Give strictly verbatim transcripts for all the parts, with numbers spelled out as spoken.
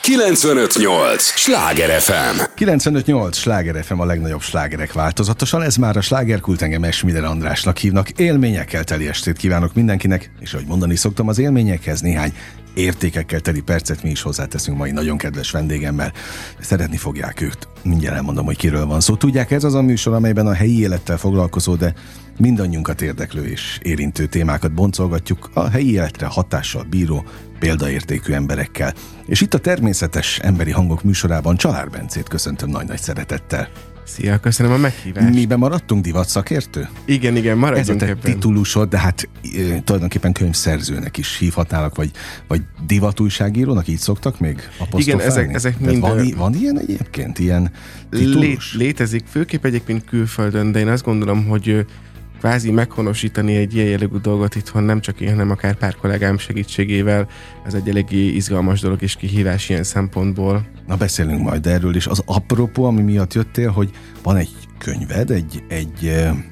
kilencvenöt nyolc Sláger ef em. kilencvenöt nyolc Sláger ef em, a legnagyobb slágerek változatosan. Ez már a Slágerkult, engem Esmiller Andrásnak hívnak. Élményekkel teli estét kívánok mindenkinek, és ahogy mondani szoktam, az élményekhez néhány értékekkel teli percet mi is hozzáteszünk mai nagyon kedves vendégemmel. Szeretni fogják őt. Mindjárt elmondom, hogy kiről van szó. Tudják, ez az a műsor, amelyben a helyi élettel foglalkozó, de mindannyiunkat érdeklő és érintő témákat boncolgatjuk a helyi életre hatással bíró, példaértékű emberekkel. És itt a Természetes Emberi Hangok műsorában Csalár Bencét köszöntöm nagy-nagy szeretettel. Szia, köszönöm a meghívást. Miben maradtunk, divatszakértő? Igen, igen, maradjunk ebben. Ez a te ebben. titulusod, de hát e, tulajdonképpen könyvszerzőnek is hívhatnálak, vagy, vagy divatújságírónak, így szoktak még apostrofálni? Igen, ezek, ezek mind... Van, van ilyen egyébként, ilyen titulus? Lé, létezik, főképp egyébként külföldön, de én azt gondolom, hogy kvázi meghonosítani egy ilyen jellegű dolgot itthon, nem csak én, hanem akár pár kollégám segítségével, ez egy eléggé izgalmas dolog és kihívás ilyen szempontból. Na, beszélünk majd erről is. Az apropó, ami miatt jöttél, hogy van egy könyved, egy, egy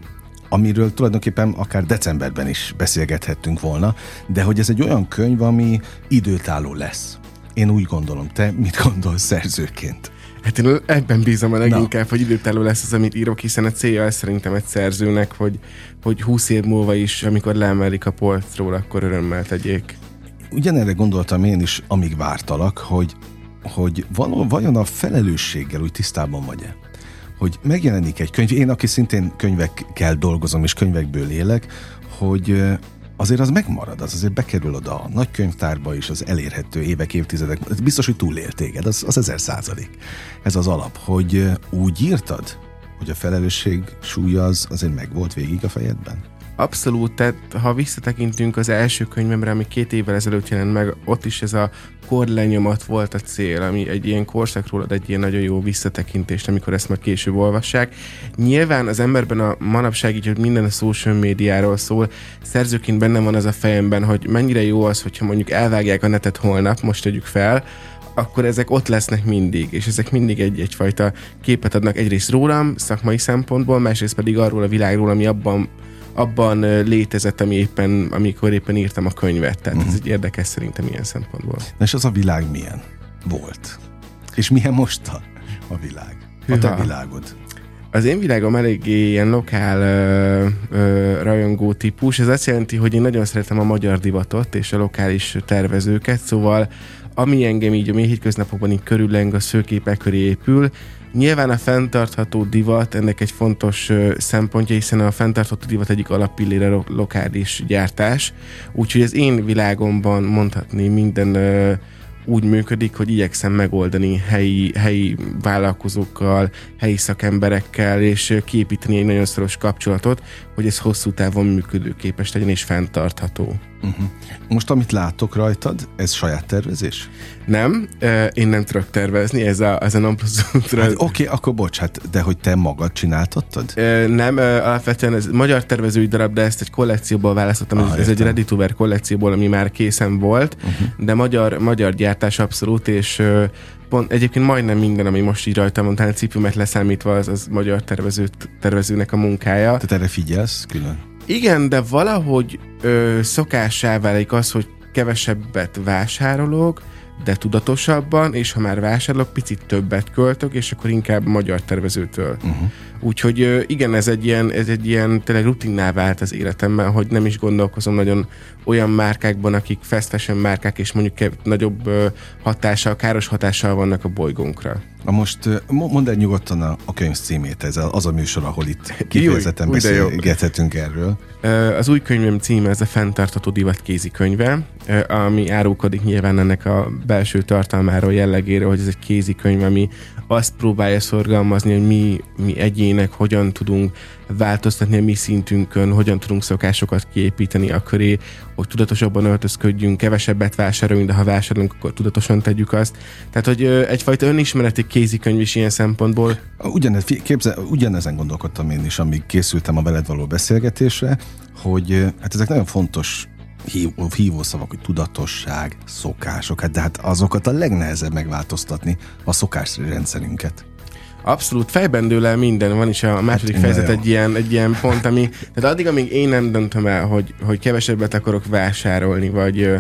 amiről tulajdonképpen akár decemberben is beszélgethettünk volna, de hogy ez egy olyan könyv, ami időtálló lesz. Én úgy gondolom. Te mit gondolsz szerzőként? Hát én ebben bízom a leginkább, no. hogy időtálló lesz az, amit írok, hiszen a célja ez szerintem egy szerzőnek, hogy, hogy húsz év múlva is, amikor leemelik a polcról, akkor örömmel tegyék. Ugyanerre gondoltam én is, amíg vártalak, hogy, hogy való, vajon a felelősséggel úgy tisztában vagy-e? Hogy megjelenik egy könyv, én, aki szintén könyvekkel dolgozom és könyvekből élek, hogy azért az megmarad, az azért bekerül oda a nagy könyvtárba is, az elérhető évek, évtizedek, biztos, hogy túlél téged, az, az ezer százalék. Ez az alap, hogy úgy írtad, hogy a felelősség súlya az azért megvolt végig a fejedben? Abszolút, tehát ha visszatekintünk az első könyvemre, ami két évvel ezelőtt jelent meg, ott is ez a korlenyomat volt a cél, ami egy ilyen korszakról ad egy ilyen nagyon jó visszatekintést, amikor ezt már később olvassák. Nyilván az emberben a manapság így, hogy minden a social médiáról szól, szerzőként bennem van az a fejemben, hogy mennyire jó az, hogyha mondjuk elvágják a netet holnap, most tegyük fel, akkor ezek ott lesznek mindig, és ezek mindig egy, egyfajta képet adnak egyrészt rólam, szakmai szempontból, másrészt pedig arról a világról, ami abban abban létezett, ami éppen, amikor éppen írtam a könyvet. Tehát uh-huh. ez egy érdekes szerintem ilyen szempontból. Na és az a világ milyen volt? És milyen most a, a világ? A te világod? Az én világom eléggé ilyen lokál ö, ö, rajongó típus. Ez azt jelenti, hogy én nagyon szeretem a magyar divatot és a lokális tervezőket, szóval ami engem így a mély hétköznapokban így körülleng, a szőképek köré épül. Nyilván a fenntartható divat ennek egy fontos uh, szempontja, hiszen a fenntartható divat egyik alappillére lo- lokális gyártás. Úgyhogy az én világomban mondhatni minden uh, úgy működik, hogy igyekszem megoldani helyi, helyi vállalkozókkal, helyi szakemberekkel, és uh, kiépíteni egy nagyon szoros kapcsolatot, hogy ez hosszú távon működőképes legyen és fenntartható. Uh-huh. Most amit látok rajtad, ez saját tervezés? Nem, én nem tudok tervezni, ez a, ez a non plus ultra. Hát, Oké, okay, akkor bocs, hát, de hogy te magad csináltattad? Nem, alapvetően ez magyar tervezői darab, de ezt egy kollekcióból választottam, ah, ez értem. Egy ready to wear kollekcióból, ami már készen volt, uh-huh. de magyar, magyar gyártás abszolút, és pont, egyébként majdnem minden, ami most így rajta van, talán cipőmet leszámítva, az, az magyar tervezőt, tervezőnek a munkája. Tehát erre figyelsz külön? Igen, de valahogy ö, szokássá válik az, hogy kevesebbet vásárolok, de tudatosabban, és ha már vásárolok, picit többet költök, és akkor inkább magyar tervezőtől. Uh-huh. Úgyhogy igen, ez egy ilyen, ez egy ilyen tényleg rutinná vált az életemben, hogy nem is gondolkozom nagyon olyan márkákban, akik fast fashion márkák, és mondjuk kev- nagyobb hatással, káros hatással vannak a bolygónkra. Na most mondd el nyugodtan a, a könyv címét, ez az a műsor, ahol itt kifejezetten beszélgethetünk erről. Az új könyvem címe, ez a Fenntartható divat kézikönyve, ami árulkodik nyilván ennek a belső tartalmáról, jellegéről, hogy ez egy kézikönyv, ami azt próbálja szorgalmazni, hogy mi, mi egyének hogyan tudunk változtatni a mi szintünkön, hogyan tudunk szokásokat kiépíteni a köré, hogy tudatosabban öltözködjünk, kevesebbet vásároljunk, de ha vásárolunk, akkor tudatosan tegyük azt. Tehát, hogy egyfajta önismereti kézikönyv is ilyen szempontból. Ugyanez, képzel, ugyanezen gondolkodtam én is, amíg készültem a veled való beszélgetésre, hogy hát ezek nagyon fontos hívó, hívószavak, hogy tudatosság, szokások, hát de hát azokat a legnehezebb megváltoztatni, a szokásrendszerünket. Abszolút, fejben dől el minden, van is a második hát, fejezet egy ilyen, egy ilyen pont, ami, tehát addig, amíg én nem döntöm el, hogy, hogy kevesebbet akarok vásárolni, vagy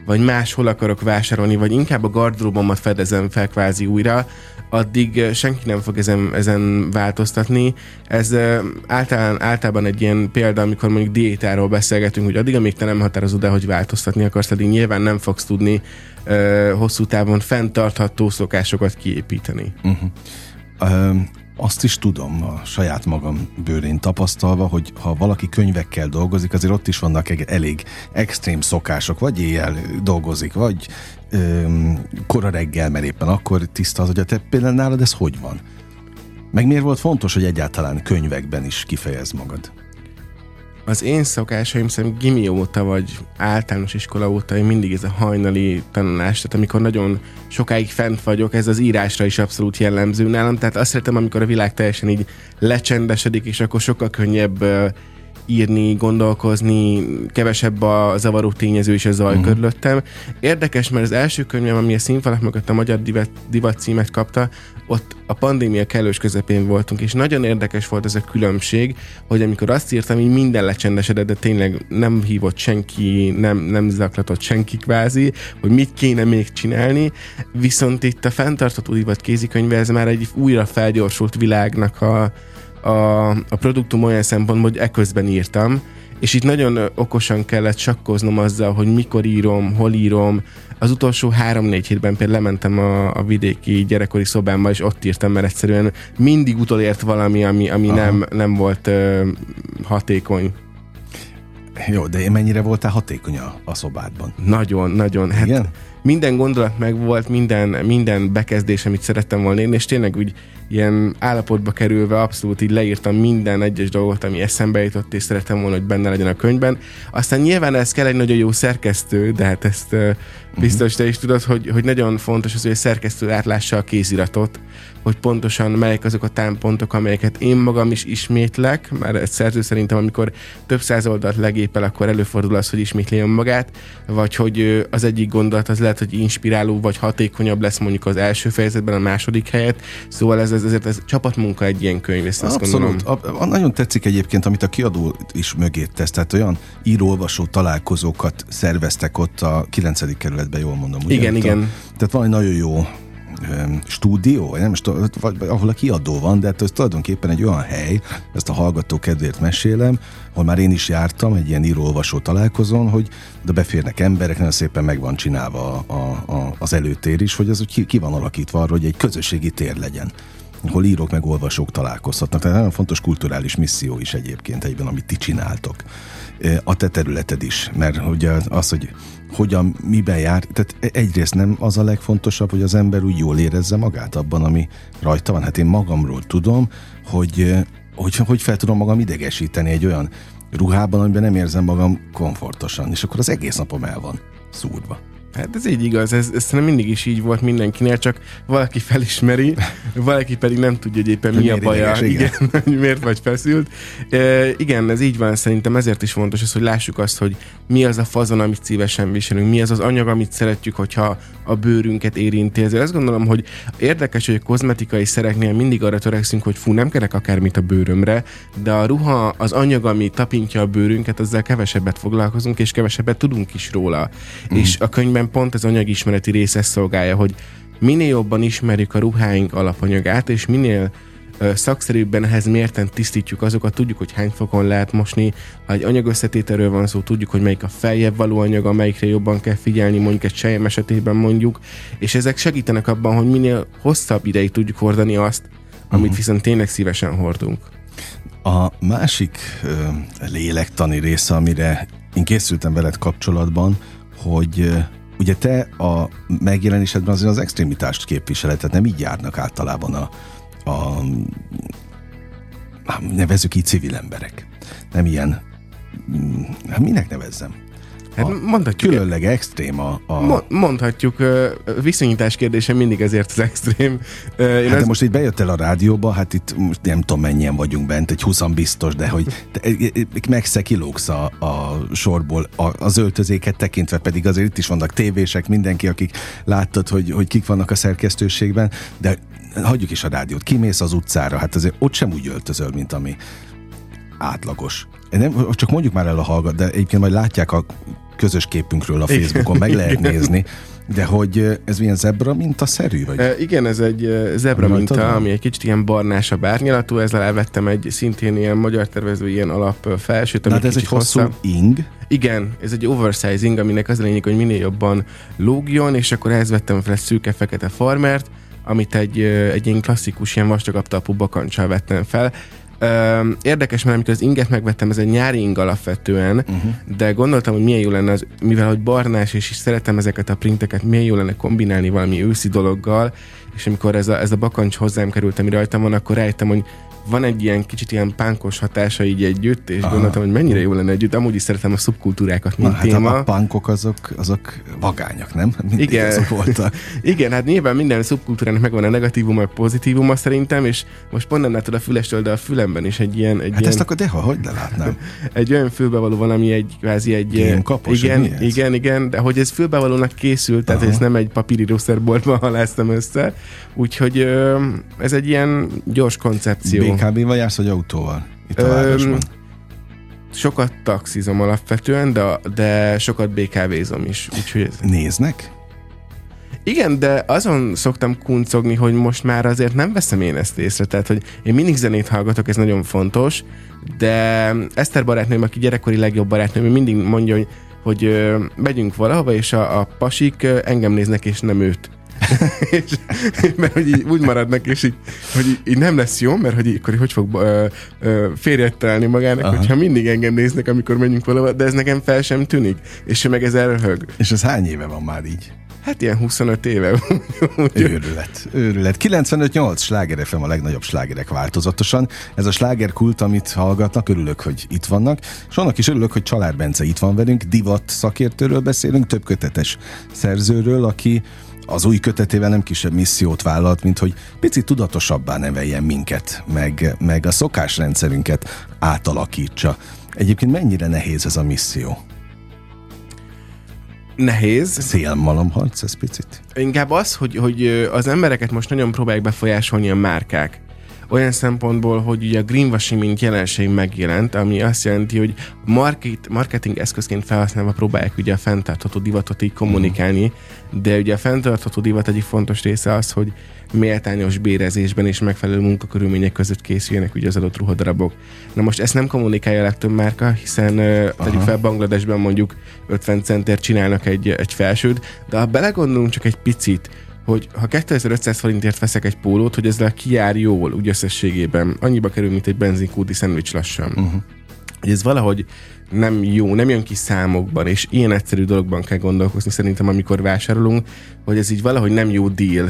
vagy máshol akarok vásárolni, vagy inkább a gardróbomat fedezem fel kvázi újra, addig senki nem fog ezen, ezen változtatni. Ez általán, általában egy ilyen példa, amikor mondjuk diétáról beszélgetünk, hogy addig, amíg te nem határozod el, hogy változtatni akarsz, addig nyilván nem fogsz tudni uh, hosszú távon fenntartható szokásokat kiépíteni. Uh-huh. Um... Azt is tudom a saját magam bőrén tapasztalva, hogy ha valaki könyvekkel dolgozik, azért ott is vannak elég extrém szokások, vagy éjjel dolgozik, vagy öm, kora reggel, mert éppen akkor tiszta az, hogy te például nálad ez hogy van? Meg miért volt fontos, hogy egyáltalán könyvekben is kifejezd magad? Az én szokásaim szerintem gimi óta, vagy általános iskola óta én mindig ez a hajnali tanulás, tehát amikor nagyon sokáig fent vagyok, ez az írásra is abszolút jellemző nálam, tehát azt szeretem, amikor a világ teljesen így lecsendesedik, és akkor sokkal könnyebb uh, írni, gondolkozni, kevesebb a zavaró tényező és a zaj uh-huh. körülöttem. Érdekes, mert az első könyvem, ami a színfalak mögött a magyar divat, divat címet kapta, ott a pandémia kellős közepén voltunk, és nagyon érdekes volt ez a különbség, hogy amikor azt írtam, így minden lecsendesedett, de tényleg nem hívott senki, nem, nem zaklatott senki kvázi, hogy mit kéne még csinálni, viszont itt a fenntartható divat kézikönyve, ez már egy újra felgyorsult világnak a A, a produktum olyan szempontból, hogy eközben írtam, és itt nagyon okosan kellett sakkoznom azzal, hogy mikor írom, hol írom. Az utolsó három-négy hétben például lementem a, a vidéki gyerekkori szobámba, és ott írtam, mert egyszerűen mindig utolért valami, ami, ami nem, nem volt uh, hatékony. Jó, de mennyire voltál hatékony a, a szobádban? Nagyon, nagyon. Hát igen? Minden gondolat megvolt, minden, minden bekezdés, amit szerettem volna írni, és tényleg úgy ilyen állapotba kerülve abszolút így leírtam minden egyes dolgot, ami eszembe jutott, és szerettem volna, hogy benne legyen a könyvben. Aztán nyilván ez kell egy nagyon jó szerkesztő, de hát ezt uh, biztos te is tudod, hogy, hogy nagyon fontos az, hogy a szerkesztő átlássa a kéziratot, hogy pontosan melyek azok a támpontok, amelyeket én magam is ismétlek, mert egy szerző szerintem, amikor több száz oldalt legépel, akkor előfordul az, hogy ismétli önmagát, vagy hogy az egyik gondolat az lehet, hogy inspiráló, vagy hatékonyabb lesz mondjuk az első fejezetben, a második helyet, szóval ez, ez, ezért ez csapatmunka egy ilyen könyv, ezt azt abszolút. A, a, nagyon tetszik egyébként, amit a kiadó is mögé tesz, tehát olyan író-olvasó találkozókat szerveztek ott a kilencedik kerületben, jól mondom. Ugye? Igen, igen. A, tehát van egy nagyon jó stúdió, vagy nem, vagy, vagy ahol a kiadó van, de ez tulajdonképpen egy olyan hely, ezt a hallgató kedvéért mesélem, ahol már én is jártam egy ilyen író-olvasó találkozón, hogy de beférnek emberek, nagyon szépen meg van csinálva a, a, a, az előtér is, hogy ez úgy ki, ki van alakítva arra, hogy egy közösségi tér legyen, ahol írók meg olvasók találkozhatnak. Tehát nagyon fontos kulturális misszió is egyébként egyben, amit ti csináltok. A te területed is, mert ugye az, hogy hogyan, miben jár, tehát egyrészt nem az a legfontosabb, hogy az ember úgy jól érezze magát abban, ami rajta van. Hát én magamról tudom, hogy hogy, hogy fel tudom magam idegesíteni egy olyan ruhában, amiben nem érzem magam komfortosan, és akkor az egész napom el van szúrva. Hát ez így igaz, ez, ez szerintem mindig is így volt mindenkinél, csak valaki felismeri, valaki pedig nem tudja, hogy éppen mi a baja, ideges, igen, igen, hogy miért vagy feszült. E, igen, ez így van, szerintem ezért is fontos az, hogy lássuk azt, hogy mi az a fazon, amit szívesen viselünk, mi az az anyag, amit szeretjük, hogyha a bőrünket érinti. Ezért azt gondolom, hogy érdekes, hogy a kozmetikai szereknél mindig arra törekszünk, hogy fú, nem kerek akármit a bőrömre, de a ruha, az anyag, ami tapintja a bőrünket, azzal kevesebbet foglalkozunk, és kevesebbet tudunk is róla. Mm. És a könyvben pont az anyagismereti része szolgálja, hogy minél jobban ismerjük a ruháink alapanyagát, és minél ö, szakszerűbben ehhez mérten tisztítjuk azokat, tudjuk, hogy hány fokon lehet mosni, ha egy anyagösszetételről van szó, tudjuk, hogy melyik a feljebb való anyag, amelyikre jobban kell figyelni, mondjuk egy selyem esetében mondjuk, és ezek segítenek abban, hogy minél hosszabb ideig tudjuk hordani azt, amit uh-huh. viszont tényleg szívesen hordunk. A másik ö, lélektani része, amire én készültem veled kapcsolatban, hogy ugye te a megjelenésedben azért az extrémitást képviseled, tehát nem így járnak általában a, a nevezzük így civil emberek. Nem ilyen, hát minek nevezzem? Hát mondhatjuk. Különleg extrém a... a... Mondhatjuk, viszonyítás kérdése mindig ezért az extrém. Én hát az... de most itt bejöttél a rádióba, hát itt most nem tudom mennyien vagyunk bent, egy húszan biztos, de hogy megszekilógsz a, a sorból a, az öltözéket tekintve, pedig azért itt is vannak tévések, mindenki, akik láttad, hogy, hogy kik vannak a szerkesztőségben, de hagyjuk is a rádiót, kimész az utcára, hát azért ott sem úgy öltözöl, mint ami átlagos. Nem, csak mondjuk már el a hallgat, de egyébként majd látják a közös képünkről a Facebookon meg lehet nézni, de hogy ez milyen zebra mintaszerű? Vagy? E, igen, ez egy zebra Ami minta, rajta? ami egy kicsit ilyen barnásabb árnyalatú, ezzel elvettem egy szintén ilyen magyar tervező ilyen alap felsőt, ami Hát ez egy hosszú hosszabb. ing. Igen, ez egy oversizing, aminek az a lényeg, hogy minél jobban lógjon, és akkor ehhez vettem fel egy szőke-fekete farmert, amit egy, egy ilyen klasszikus, ilyen vastagabb talpú bakancsal vettem fel. Érdekes, mert amikor az inget megvettem, ez egy nyári ing alapvetően, uh-huh. de gondoltam, hogy milyen jó lenne, az, mivel hogy barnás, és is szeretem ezeket a printeket, milyen jó lenne kombinálni valami őszi dologgal, és amikor ez a, ez a bakancs hozzám került, ami rajtam van, akkor rájöttem, hogy van egy ilyen kicsit ilyen pánkos hatása így együtt, és Aha. gondoltam, hogy mennyire jó lenne együtt. Amúgy is szeretem a szubkultúrákat, mint Na, téma. Hát a pánkok azok, azok vagányak, nem? Mindig Igen. azok voltak. Igen, hát nyilván minden szubkultúrának megvan a negatívuma, a pozitívuma szerintem, és most pont nem látod a fülestől, de a fülemben is egy ilyen... Egy Hát ilyen, ezt akkor deha, hogy lelátnám? egy olyan fülbevaló van, ami egy kvázi egy... Gémkapos, igen, igen, igen, igen, de hogy ez fülbevalónak készült, tehát Aha. ez nem egy papírírószerboltban haláztam össze, úgyhogy ez egy ilyen gyors koncepció. bé ká bé-val jársz, vagy autóval? Itt a Öm, városban. Sokat taxizom alapvetően, de, de sokat bé ká vézom is. Úgyhogy ez... Néznek? Igen, de azon szoktam kuncogni, hogy most már azért nem veszem én ezt észre, tehát hogy én mindig zenét hallgatok, ez nagyon fontos, de Eszter barátnőm, aki gyerekkori legjobb barátnőm, mindig mondja, hogy, hogy ö, megyünk valahova, és a, a pasik ö, engem néznek, és nem őt. és, mert hogy így úgy maradnak, és így, hogy így, így nem lesz jó, mert hogy így, akkor hogy fog ö, ö, férjet találni magának, Aha. hogyha mindig engem néznek, amikor megyünk valahova, de ez nekem fel sem tűnik, és ő meg ez elröhög. És ez hány éve van már így? Hát ilyen huszonöt éve. Őrület, őrület. kilencvenöt nyolc Sláger ef em a legnagyobb slágerek változatosan. Ez a slágerkult, amit hallgatnak, örülök, hogy itt vannak. És annak is örülök, hogy Család Bence itt van velünk. Divat szakértőről beszélünk, több kötetes szerzőről, aki az új kötetével nem kisebb missziót vállalt, mint hogy picit tudatosabbá neveljen minket, meg, meg a szokásrendszerünket átalakítsa. Egyébként mennyire nehéz ez a misszió? Nehéz. Szélmalomharc ez picit? Inkább az, hogy, hogy az embereket most nagyon próbálják befolyásolni a márkák. Olyan szempontból, hogy ugye a greenwashing mint jelenség megjelent, ami azt jelenti, hogy market, marketing eszközként felhasználva próbálják ugye a fenntartható divatot így kommunikálni, de ugye a fenntartható divat egyik fontos része az, hogy méltányos bérezésben és megfelelő munkakörülmények között készüljenek ugye az adott ruhadarabok. Na most ezt nem kommunikálja a legtöbb márka, hiszen Aha. tegyük fel Bangladesben mondjuk ötven centért csinálnak egy, egy felsőt, de ha belegondolunk csak egy picit, hogy ha kétezer-ötszáz forintért veszek egy pólót, hogy ezzel kijár jól, úgy összességében, annyiba kerül, mint egy benzinkúti szendvics lassan. Uh-huh. Hogy ez valahogy nem jó, nem jön ki számokban, és ilyen egyszerű dologban kell gondolkozni szerintem, amikor vásárolunk, hogy ez így valahogy nem jó deal.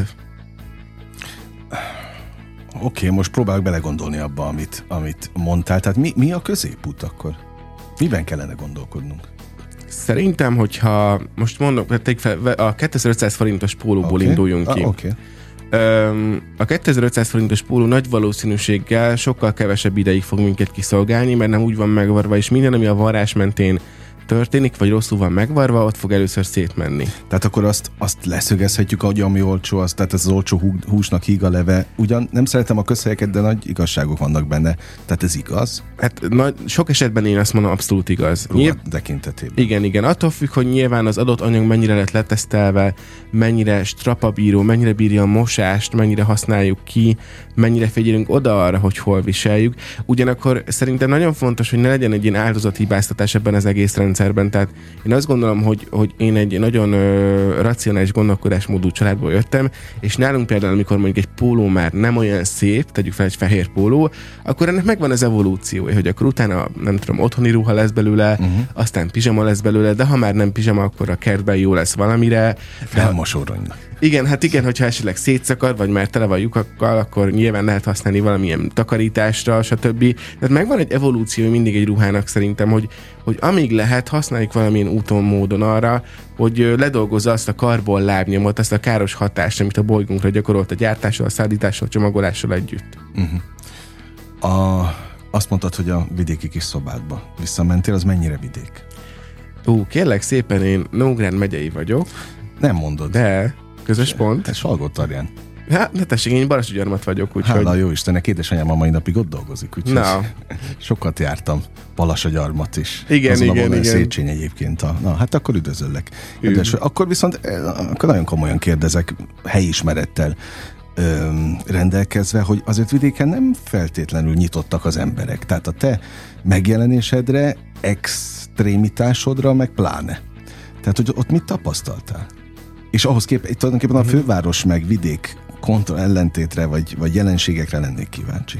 Oké, okay, most próbálok belegondolni abba, amit, amit mondtál. Tehát mi, mi a középút akkor? Miben kellene gondolkodnunk? Szerintem, hogyha most mondom, a kétezer-ötszáz forintos pólóból okay. induljunk ki. Ah, okay. A kétezer-ötszáz forintos póló nagy valószínűséggel sokkal kevesebb ideig fog minket kiszolgálni, mert nem úgy van megvarva, és minden, ami a varrás mentén történik, vagy rosszul van megvarva, ott fog először szétmenni. Tehát akkor azt, azt leszögezhetjük, hogy ami olcsó, az, tehát ez az olcsó hú, húsnak híg a leve. Ugyan nem szeretem a közhelyeket, de nagy igazságok vannak benne. Tehát ez igaz? Hát nagy, sok esetben én azt mondom, abszolút igaz. Nyilv... tekintetében. Igen, igen. Attól függ, hogy nyilván az adott anyag mennyire lett letesztelve, mennyire strapabíró, mennyire bírja a mosást, mennyire használjuk ki, mennyire figyelünk oda arra, hogy hol viseljük. Ugyanakkor szerintem nagyon fontos, hogy ne legyen egy ilyen áldozathibáztatás ebben az egész rendszerben. Tehát én azt gondolom, hogy, hogy én egy nagyon ö, racionális gondolkodásmódú családból jöttem, és nálunk például, amikor mondjuk egy póló már nem olyan szép, tegyük fel egy fehér póló, akkor ennek megvan az evolúciója, hogy akkor utána, nem tudom, otthoni ruha lesz belőle, uh-huh. aztán pizsama lesz belőle, de ha már nem pizsama, akkor a kertben jó lesz valamire. Felmosoronynak. Igen, hát igen, hogyha esetleg szétszakad, vagy már tele van lyukakkal, akkor nyilván lehet használni valamilyen takarításra, stb. Tehát megvan egy evolúció mindig egy ruhának szerintem, hogy, hogy amíg lehet, használjuk valamilyen úton, módon arra, hogy ledolgozza azt a karbon lábnyomot, azt a káros hatást, amit a bolygónkra gyakorolt a gyártással, a szállítással, a csomagolással együtt. Uh-huh. A, azt mondtad, hogy a vidéki kis szobádba visszamentél, az mennyire vidék? Ú, kérlek szépen, én Nógrád megyei vagyok. Nem mondod. De... Közös pont. Te Salgótarján. Hát, ne tessék, én Balassagyarmat vagyok, úgyhogy... Hála jó Istennek, édesanyám a mai napig ott dolgozik, úgyhogy no. sokat jártam Balassagyarmat is. Igen, azon igen, a igen. Széchenyi egyébként. A, na, hát akkor üdvözöllek. Üdvös, akkor viszont akkor nagyon komolyan kérdezek, helyismerettel ö, rendelkezve, hogy azért vidéken nem feltétlenül nyitottak az emberek. Tehát a te megjelenésedre, extrémitásodra, meg pláne. Tehát, hogy ott mit tapasztaltál? És ahhoz képest, tulajdonképpen a főváros meg vidék kontra ellentétre, vagy, vagy jelenségekre lennék kíváncsi.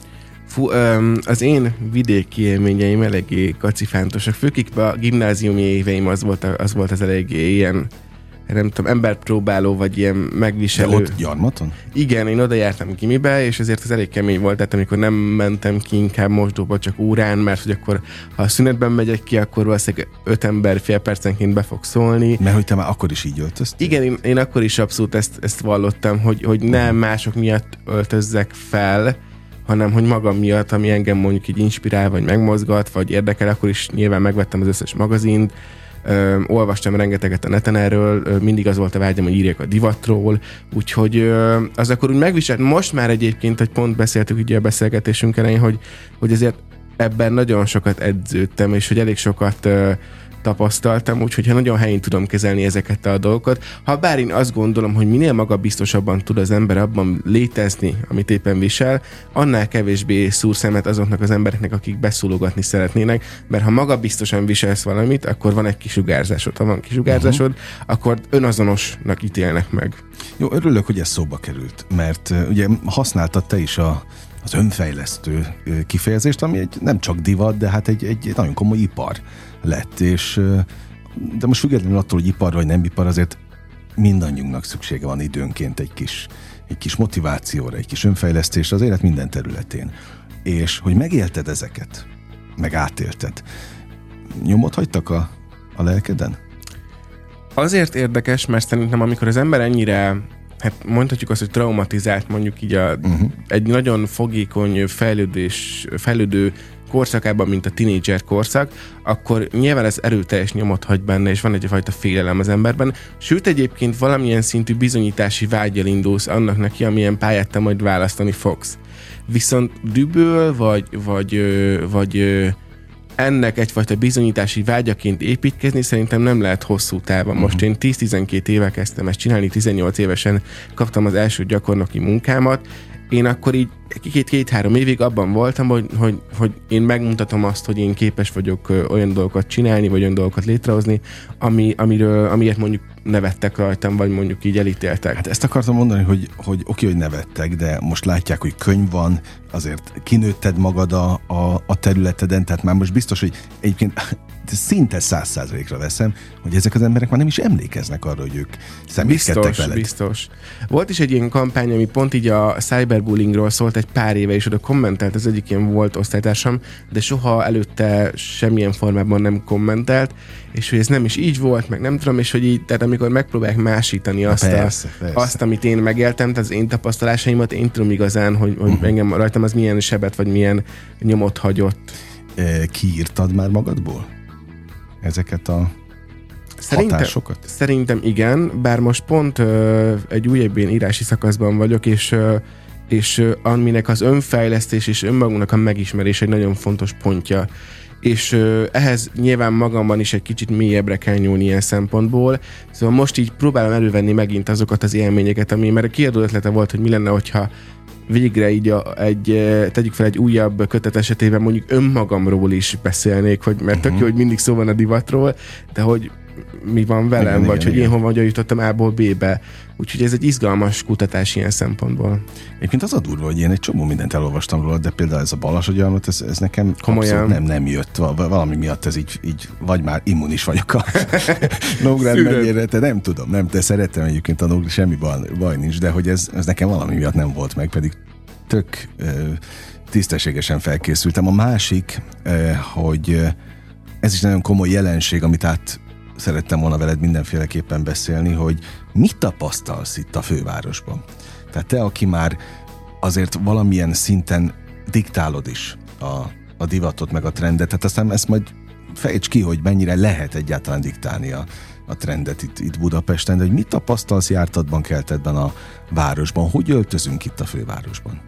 Fú, az én vidéki élményeim eléggé kacifántosak. Főképp a gimnáziumi éveim az volt, az volt az eléggé ilyen, nem tudom, emberpróbáló, vagy ilyen megviselő. De ott Gyarmaton? Igen, én oda jártam gimibe, és ezért az elég kemény volt, tehát amikor nem mentem ki inkább mosdóba, csak órán, mert hogy akkor, ha a szünetben megyek ki, akkor valószínűleg öt ember fél percenként be fog szólni. Mert hogy te már akkor is így öltöztél? Igen, én, én akkor is abszolút ezt, ezt vallottam, hogy, hogy nem mások miatt öltözzek fel, hanem hogy magam miatt, ami engem mondjuk így inspirál, vagy megmozgat, vagy érdekel, akkor is nyilván megvettem az összes magazint, Ö, olvastam rengeteget a neten erről, ö, mindig az volt a vágyam, hogy írjak a divatról, úgyhogy ö, az akkor úgy megviselt. Most már egyébként, hogy pont beszéltük ugye a beszélgetésünk elején, hogy, hogy azért ebben nagyon sokat edződtem, és hogy elég sokat ö, tapasztaltam, úgyhogy ha nagyon helyén tudom kezelni ezeket a dolgokat. Ha bár én azt gondolom, hogy minél magabiztosabban tud az ember abban létezni, amit éppen visel, annál kevésbé szúr szemet azoknak az embereknek, akik beszólogatni szeretnének, mert ha magabiztosan viselsz valamit, akkor van egy kisugárzásod. Ha van kisugárzásod, uh-huh. akkor önazonosnak ítélnek meg. Jó, örülök, hogy ez szóba került, mert uh, ugye használtad te is a az önfejlesztő kifejezést, ami egy, nem csak divat, de hát egy, egy nagyon komoly ipar lett, és de most függetlenül attól, hogy ipar vagy nem ipar, azért mindannyiunknak szüksége van időnként egy kis, egy kis motivációra, egy kis önfejlesztésre az élet minden területén. És hogy megélted ezeket, meg átélted, nyomot hagytak a, a lelkeden? Azért érdekes, mert szerintem amikor az ember ennyire, hát mondhatjuk azt, hogy traumatizált mondjuk így a, uh-huh. egy nagyon fogékony fejlődés, fejlődő korszakában, mint a tínédzser korszak, akkor nyilván ez erőteljes nyomot hagy benne, és van egyfajta félelem az emberben. Sőt, egyébként valamilyen szintű bizonyítási vággyal indulsz annak neki, amilyen pályát te majd választani fogsz. Viszont düböl, vagy, vagy, vagy ennek egyfajta bizonyítási vágyaként építkezni szerintem nem lehet hosszú távon. Most uh-huh. én tíz-tizenkét éve kezdtem ezt csinálni, tizennyolc évesen kaptam az első gyakornoki munkámat. Én akkor így két-két-három évig abban voltam, hogy, hogy, hogy én megmutatom azt, hogy én képes vagyok olyan dolgokat csinálni, vagy olyan dolgokat létrehozni, ami, amiről, amiért mondjuk nevettek rajtam, vagy mondjuk így elítéltek. Hát ezt akartam mondani, hogy, hogy oké, hogy nevettek, de most látják, hogy könyv van, azért kinőtted magad a, a, a területeden, tehát már most biztos, hogy egyébként szinte száz százalékra veszem, hogy ezek az emberek már nem is emlékeznek arra, hogy ők személykedtek biztos, veled. Biztos. Volt is egy ilyen kampány, ami pont így a cyberbullyingról szólt egy pár éve, és oda kommentelt az egyik ilyen volt osztálytársam, de soha előtte semmilyen formában nem kommentelt, és hogy ez nem is így volt, meg nem tudom, és hogy így, tehát amikor megpróbálják másítani azt, persze, a, persze. azt amit én megéltem, tehát az én tapasztalásaimat, én tudom igazán, hogy, hogy uh-huh. engem rajtam az milyen sebet, vagy milyen nyomot hagyott. E, kiírtad már magadból ezeket a Szerintem, hatásokat? Szerintem igen, bár most pont ö, egy újabb ilyen írási szakaszban vagyok, és, ö, és ö, aminek az önfejlesztés és önmagunknak a megismerés egy nagyon fontos pontja. És ö, ehhez nyilván magamban is egy kicsit mélyebbre kell nyúlni ilyen szempontból. Szóval most így próbálom elővenni megint azokat az élményeket, ami már a kiadó ötlete volt, hogy mi lenne, hogyha végre így a, egy, tegyük fel egy újabb kötet esetében mondjuk önmagamról is beszélnék, hogy, mert tök jó, hogy mindig szó van a divatról, de hogy mi van velem, igen, vagy igen, hogy igen. én hova jutottam A-ból B-be. Úgyhogy ez egy izgalmas kutatás ilyen szempontból. Egyébként az a durva, hogy én egy csomó mindent elolvastam róla, de például ez a Balassagyarmat, ez, ez nekem komolyan abszolút nem, nem jött. Valami miatt ez így, így vagy már immunis vagyok a Nógrád mennyire, de nem tudom, nem, de szeretem egyébként a Nógrád, semmi baj, baj nincs, de hogy ez, ez nekem valami miatt nem volt meg, pedig tök ö, tisztességesen felkészültem. A másik, ö, hogy ez is nagyon komoly jelenség, amit át szerettem volna veled mindenféleképpen beszélni, hogy mit tapasztalsz itt a fővárosban? Tehát te, aki már azért valamilyen szinten diktálod is a, a divatot, meg a trendet, tehát aztán ezt majd fejtsd ki, hogy mennyire lehet egyáltalán diktálni a, a trendet itt, itt Budapesten, de hogy mit tapasztalsz jártatban, keltetben a városban? Hogy öltözünk itt a fővárosban?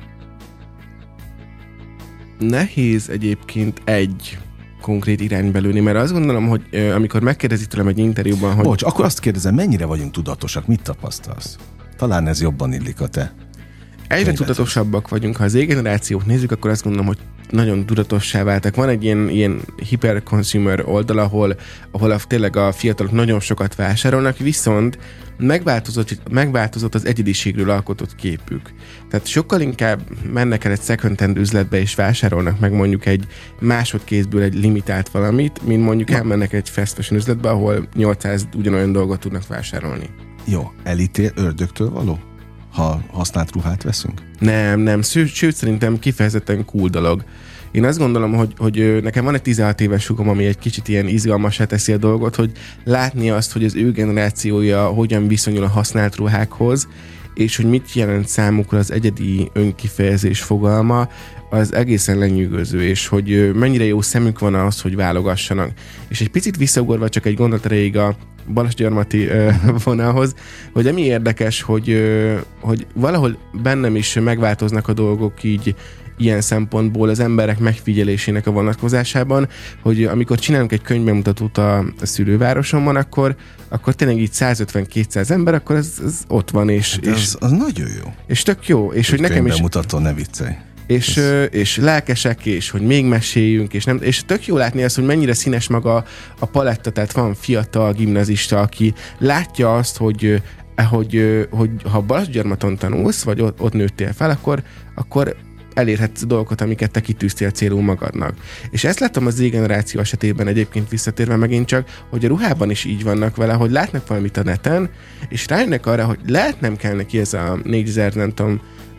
Nehéz egyébként egy konkrét irányba lőni, mert azt gondolom, hogy euh, amikor megkérdezik tőlem egy interjúban, hogy... Bocs, akkor azt kérdezem, mennyire vagyunk tudatosak, mit tapasztalsz? Talán ez jobban illik a te. Egyre tudatosabbak vagyunk. Ha az Z-generációt nézzük, akkor azt gondolom, hogy nagyon tudatossá váltak. Van egy ilyen, ilyen hyper-consumer oldal, ahol, ahol a, tényleg a fiatalok nagyon sokat vásárolnak, viszont megváltozott, megváltozott az egyediségről alkotott képük. Tehát sokkal inkább mennek el egy second-hand üzletbe és vásárolnak meg mondjuk egy másodkézből egy limitált valamit, mint mondjuk Na. elmennek egy fast fashion üzletbe, ahol nyolcszáz ugyanolyan dolgot tudnak vásárolni. Jó, elítél, ördögtől való? Ha használt ruhát veszünk? Nem, nem, sőt, sőt szerintem kifejezetten cool dolog. Én azt gondolom, hogy, hogy nekem van egy tizenhat éves húgom, ami egy kicsit ilyen izgalmassá teszi a dolgot, hogy látni azt, hogy az ő generációja hogyan viszonyul a használt ruhákhoz, és hogy mit jelent számukra az egyedi önkifejezés fogalma, az egészen lenyűgöző, és hogy mennyire jó szemük van az, hogy válogassanak. És egy picit visszaugorva csak egy gondolat erejéig a balasgyarmati uh, vonalhoz, hogy ami érdekes, hogy, uh, hogy valahol bennem is megváltoznak a dolgok így ilyen szempontból az emberek megfigyelésének a vonatkozásában, hogy amikor csinálunk egy könyvbemutatót a, a szülővárosomban, akkor, akkor tényleg így százötven-kétszáz ember, akkor ez, ez ott van, és, hát és az, az nagyon jó. És tök jó. És egy hogy nekem is... könyvbemutató, ne viccelj. És, Ez... és lelkesek, és hogy még meséljünk, és, nem, és tök jó látni azt, hogy mennyire színes maga a paletta, tehát van fiatal gimnazista, aki látja azt, hogy, hogy, hogy ha Balassagyarmaton tanulsz, vagy ott, ott nőttél fel, akkor, akkor elérhetsz dolgokat, amiket te kitűztél célul magadnak. És ezt láttam az Z-generáció esetében egyébként visszatérve megint csak, hogy a ruhában is így vannak vele, hogy látnak valamit a neten, és rájönnek arra, hogy lehet nem kell neki ez a négyezer, nem tudom,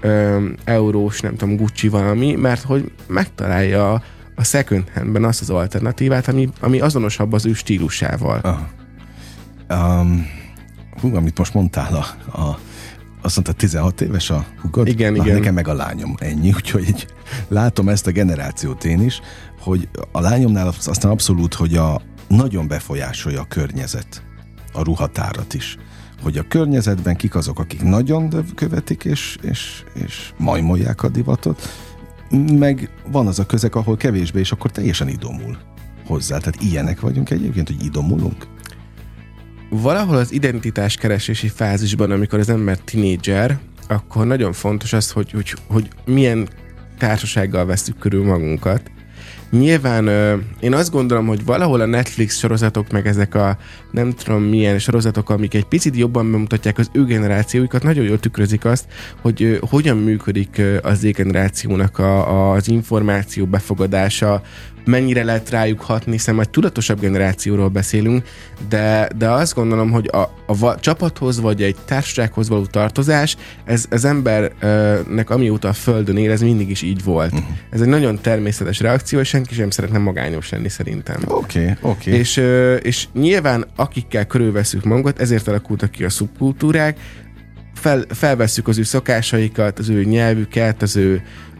eurós, nem tudom, Gucci valami, mert hogy megtalálja a second handben azt az alternatívát, ami, ami azonosabb az ő stílusával. Aha. Um, hú, amit most mondtál, a, a, azt mondta, tizenhat éves a hugod? Igen, Na, igen. Nekem meg a lányom, ennyi, úgyhogy így látom ezt a generációt én is, hogy a lányomnál aztán abszolút, hogy a nagyon befolyásolja a környezet, a ruhatárat is. Hogy a környezetben kik azok, akik nagyon követik és, és, és majmolják a divatot, meg van az a közeg, ahol kevésbé, és akkor teljesen idomul hozzá. Tehát ilyenek vagyunk egyébként, hogy idomulunk? Valahol az identitáskeresési fázisban, amikor az ember tinédzser, akkor nagyon fontos az, hogy, hogy, hogy milyen társasággal veszük körül magunkat. Nyilván ö, én azt gondolom, hogy valahol a Netflix sorozatok, meg ezek a nem tudom milyen sorozatok, amik egy picit jobban bemutatják az ő generációikat, nagyon jól tükrözik azt, hogy ö, hogyan működik ö, az Z-generációnak a, a, az információ befogadása, mennyire lehet rájuk hatni, hiszen egy tudatosabb generációról beszélünk, de, de azt gondolom, hogy a, a, a csapathoz vagy egy társasághoz való tartozás, ez az embernek amióta a Földön él, ez mindig is így volt. Uh-huh. Ez egy nagyon természetes reakció, és senki sem szeretne magányos lenni szerintem. Oké, okay, oké. Okay. És, és nyilván akikkel körülveszünk magunkat, ezért alakultak ki a szubkultúrák, fel, felvesszük az ő szokásaikat, az ő nyelvüket, az ő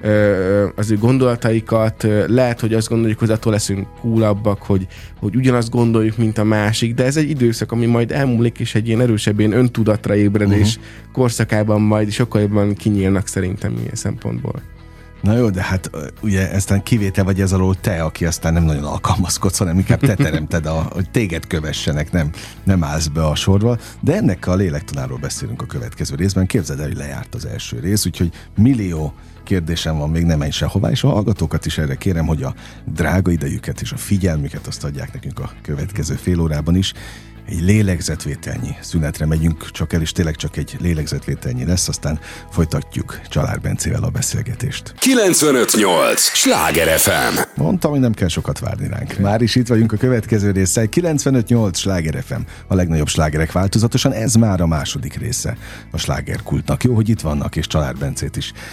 az ő gondolataikat, lehet, hogy azt gondoljuk, hogy attól leszünk coolabbak, hogy, hogy ugyanazt gondoljuk, mint a másik, de ez egy időszak, ami majd elmúlik, és egy ilyen erősebb ilyen öntudatra ébredés uh-huh. korszakában majd sokkal jobban kinyílnak szerintem ilyen szempontból. Na jó, de hát ugye aztán kivétel vagy ez alól te, aki aztán nem nagyon alkalmazkodsz, hanem inkább te teremted, a, hogy téged kövessenek, nem, nem állsz be a sorba. De ennek a lélektanáról beszélünk a következő részben. Képzeld el, hogy lejárt az első rész, úgyhogy millió kérdésem van, még nem menj sehová, és a hallgatókat is erre kérem, hogy a drága idejüket és a figyelmüket azt adják nekünk a következő fél órában is. Egy lélegzetvételnyi szünetre megyünk csak el, és tényleg csak egy lélegzetvételnyi lesz, aztán folytatjuk Csalár Bencével a beszélgetést. kilencvenöt nyolc Sláger ef em. Mondtam, hogy nem kell sokat várni ránk. Már is itt vagyunk a következő résszel. kilencvenöt nyolc Sláger ef em. A legnagyobb slágerek változatosan, ez már a második része a slágerkultnak. Jó, hogy itt vannak, és Csalár Bencét is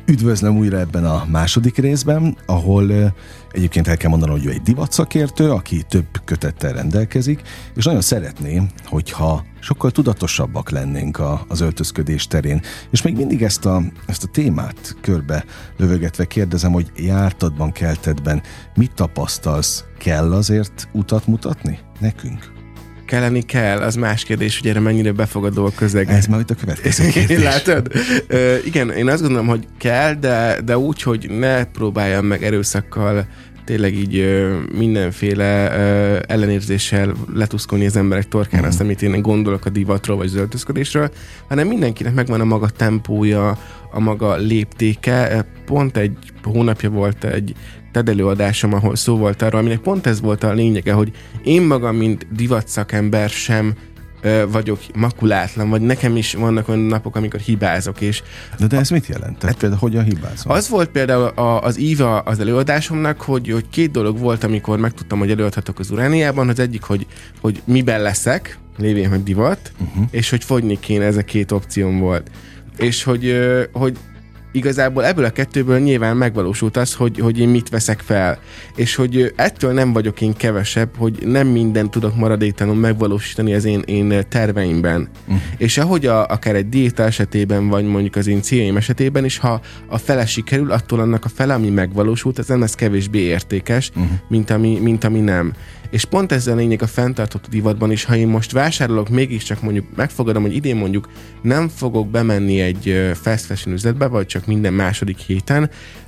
Üdvözlöm újra ebben a második részben, ahol egyébként el kell mondanom, hogy ő egy divatszakértő, aki több kötettel rendelkezik, és nagyon szeretném, hogyha sokkal tudatosabbak lennénk a, az öltözködés terén. És még mindig ezt a, ezt a témát körbe lövögetve kérdezem, hogy jártadban, keltedben mit tapasztalsz? Kell azért utat mutatni nekünk? Kelleni kell, az más kérdés, hogy erre mennyire befogadó a közeg. Ez már itt a következő kérdés. Látod? Ö, igen, én azt gondolom, hogy kell, de, de úgy, hogy ne próbáljam meg erőszakkal tényleg így ö, mindenféle ö, ellenérzéssel letuszkolni az emberek torkán mm. azt, amit én gondolok a divatról vagy az öltözködésről, hanem mindenkinek megvan a maga tempója, a maga léptéke. Pont egy hónapja volt egy TED előadásom, ahol szó volt arról, aminek pont ez volt a lényege, hogy én magam, mint divatszakember sem ö, vagyok makulátlan, vagy nekem is vannak olyan napok, amikor hibázok. És de, de ez mit jelent? Tehát például hogyan hibázol? Az volt például a, az íva az előadásomnak, hogy, hogy két dolog volt, amikor megtudtam, hogy előadhatok az Urániában. Az egyik, hogy, hogy miben leszek, lévén, hogy divat, uh-huh. és hogy fogyni kéne, ez a két opcióm volt. És hogy, ö, hogy igazából ebből a kettőből nyilván megvalósult az, hogy, hogy én mit veszek fel. És hogy ettől nem vagyok én kevesebb, hogy nem mindent tudok maradéktalanul megvalósítani az én, én terveimben. Uh. És ahogy a, akár egy diéta esetében, vagy mondjuk az én céljaim esetében is, ha a fele sikerül, attól annak a fele, ami megvalósult, ez nem lesz kevésbé értékes, uh. mint, ami, mint ami nem. És pont ez a lényeg a fenntartott divatban is, ha én most vásárolok, mégiscsak mondjuk megfogadom, hogy idén mondjuk nem fogok bemenni egy fast fashion üzletbe, vagy csak minden második héten,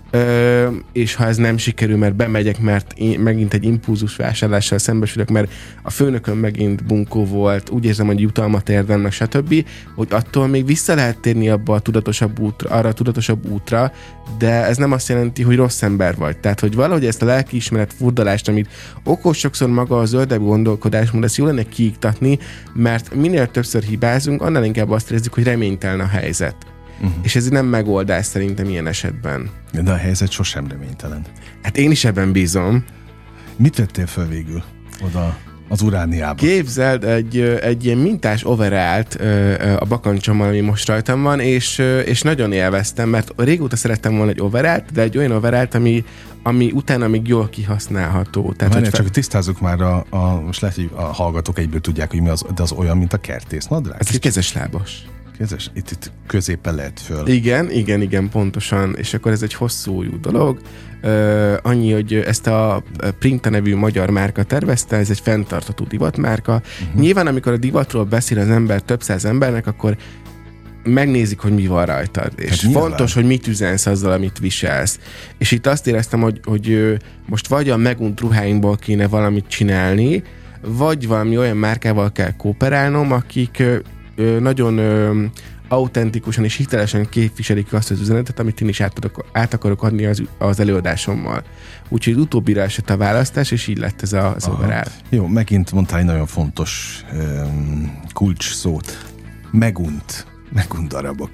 Ö, és ha ez nem sikerül, mert bemegyek, mert én megint egy impulzus vásárlással szembesülök, mert a főnökön megint bunkó volt, úgy érzem, hogy jutalmat érdemnek, stb., hogy attól még vissza lehet térni abba a tudatosabb útra, arra a tudatosabb útra, de ez nem azt jelenti, hogy rossz ember vagy. Tehát, hogy valahogy ezt a lelkiismeret furdalást, amit okos sokszor maga a zöldebb gondolkodásmód, ezt jó lenne kiiktatni, mert minél többször hibázunk, annál inkább azt érezzük, hogy reménytelen a helyzet. Uh-huh. És ez nem megoldás szerintem ilyen esetben. De a helyzet sosem reménytelen. Hát én is ebben bízom. Mit vettél föl végül oda az Urániába? Képzeld, egy, egy ilyen mintás overallt a bakancsommal, ami most rajtam van, és, és nagyon élveztem, mert régóta szerettem volna egy overallt, de egy olyan overallt, ami, ami utána még jól kihasználható. Tehát, Várjál, fel... csak tisztázzuk már, a, a, most lehet, hogy a hallgatók egyből tudják, hogy mi az, de az olyan, mint a kertész nadrág. Ez egy kezeslábos. Kézes? Itt, itt középen lehet föl. Igen, igen, igen, pontosan. És akkor ez egy hosszú újú dolog. Uh, annyi, hogy ezt a Printa nevű magyar márka tervezte, ez egy fenntartható divatmárka. Uh-huh. Nyilván, amikor a divatról beszél az ember több száz embernek, akkor megnézik, hogy mi van rajtad. És hát fontos, hogy mit üzensz azzal, amit viselsz. És itt azt éreztem, hogy, hogy most vagy a megunt ruháinkból kéne valamit csinálni, vagy valami olyan márkával kell kooperálnom, akik nagyon ö, autentikusan és hitelesen képviselik azt az üzenetet, amit én is át, tudok, át akarok adni az, az előadásommal. Úgyhogy az utóbbira esett a választás, és így lett ez a, az overall. Jó, megint mondtál egy nagyon fontos um, kulcs szót. Megunt. Megunt darabok.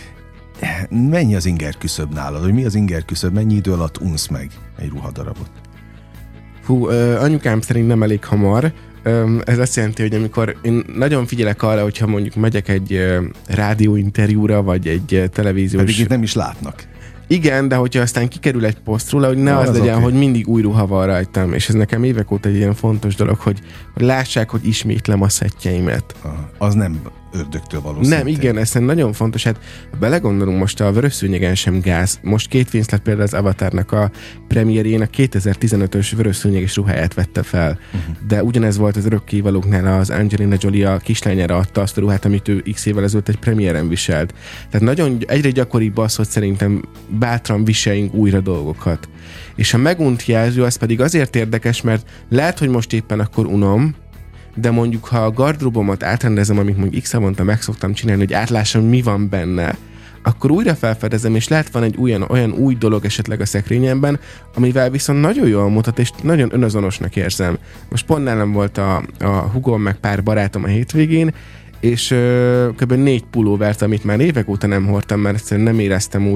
Mennyi az inger küszöb nálad? Hogy mi az inger küszöb? Mennyi idő alatt unsz meg egy ruhadarabot? Hú, ö, anyukám szerint nem elég hamar. Ez azt jelenti, hogy amikor én nagyon figyelek arra, hogyha mondjuk megyek egy rádióinterjúra, vagy egy televíziós... Pedig itt nem is látnak. Igen, de hogyha aztán kikerül egy poszt róla, hogy ne ja, az, az legyen, okay. hogy mindig új ruha van rajtam, és ez nekem évek óta egy ilyen fontos dolog, hogy, hogy lássák, hogy ismétlem a szettjeimet. Az nem ördögtől való. Nem, szintén. Igen, ez nagyon fontos. Hát ha belegondolunk, most a Vörös szőnyegen sem gáz. Most Kate Winslet például az Avatarnak a premierjén a kétezer-tizenötös Vörös szőnyeges ruháját vette fel. Uh-huh. De ugyanez volt az örökkévalóknál, az Angelina Jolie a kislányára adta azt a ruhát, amit ő x évvel ezelőtt egy premiéren viselt. Tehát nagyon egyre gyakoribb az, hogy szerintem bátran viseljünk újra dolgokat. És a megunt jelző az pedig azért érdekes, mert lehet, hogy most éppen akkor unom, de mondjuk, ha a gardróbomat átrendezem, amit mondjuk x havonta meg szoktam csinálni, hogy átlássam, mi van benne, akkor újra felfedezem, és lehet van egy olyan, olyan új dolog esetleg a szekrényemben, amivel viszont nagyon jól mutat, és nagyon önazonosnak érzem. Most pont nálam volt a, a hugom, meg pár barátom a hétvégén, és ö, kb. négy pulóvert, amit már évek óta nem hordtam, mert egyszerűen nem éreztem úgy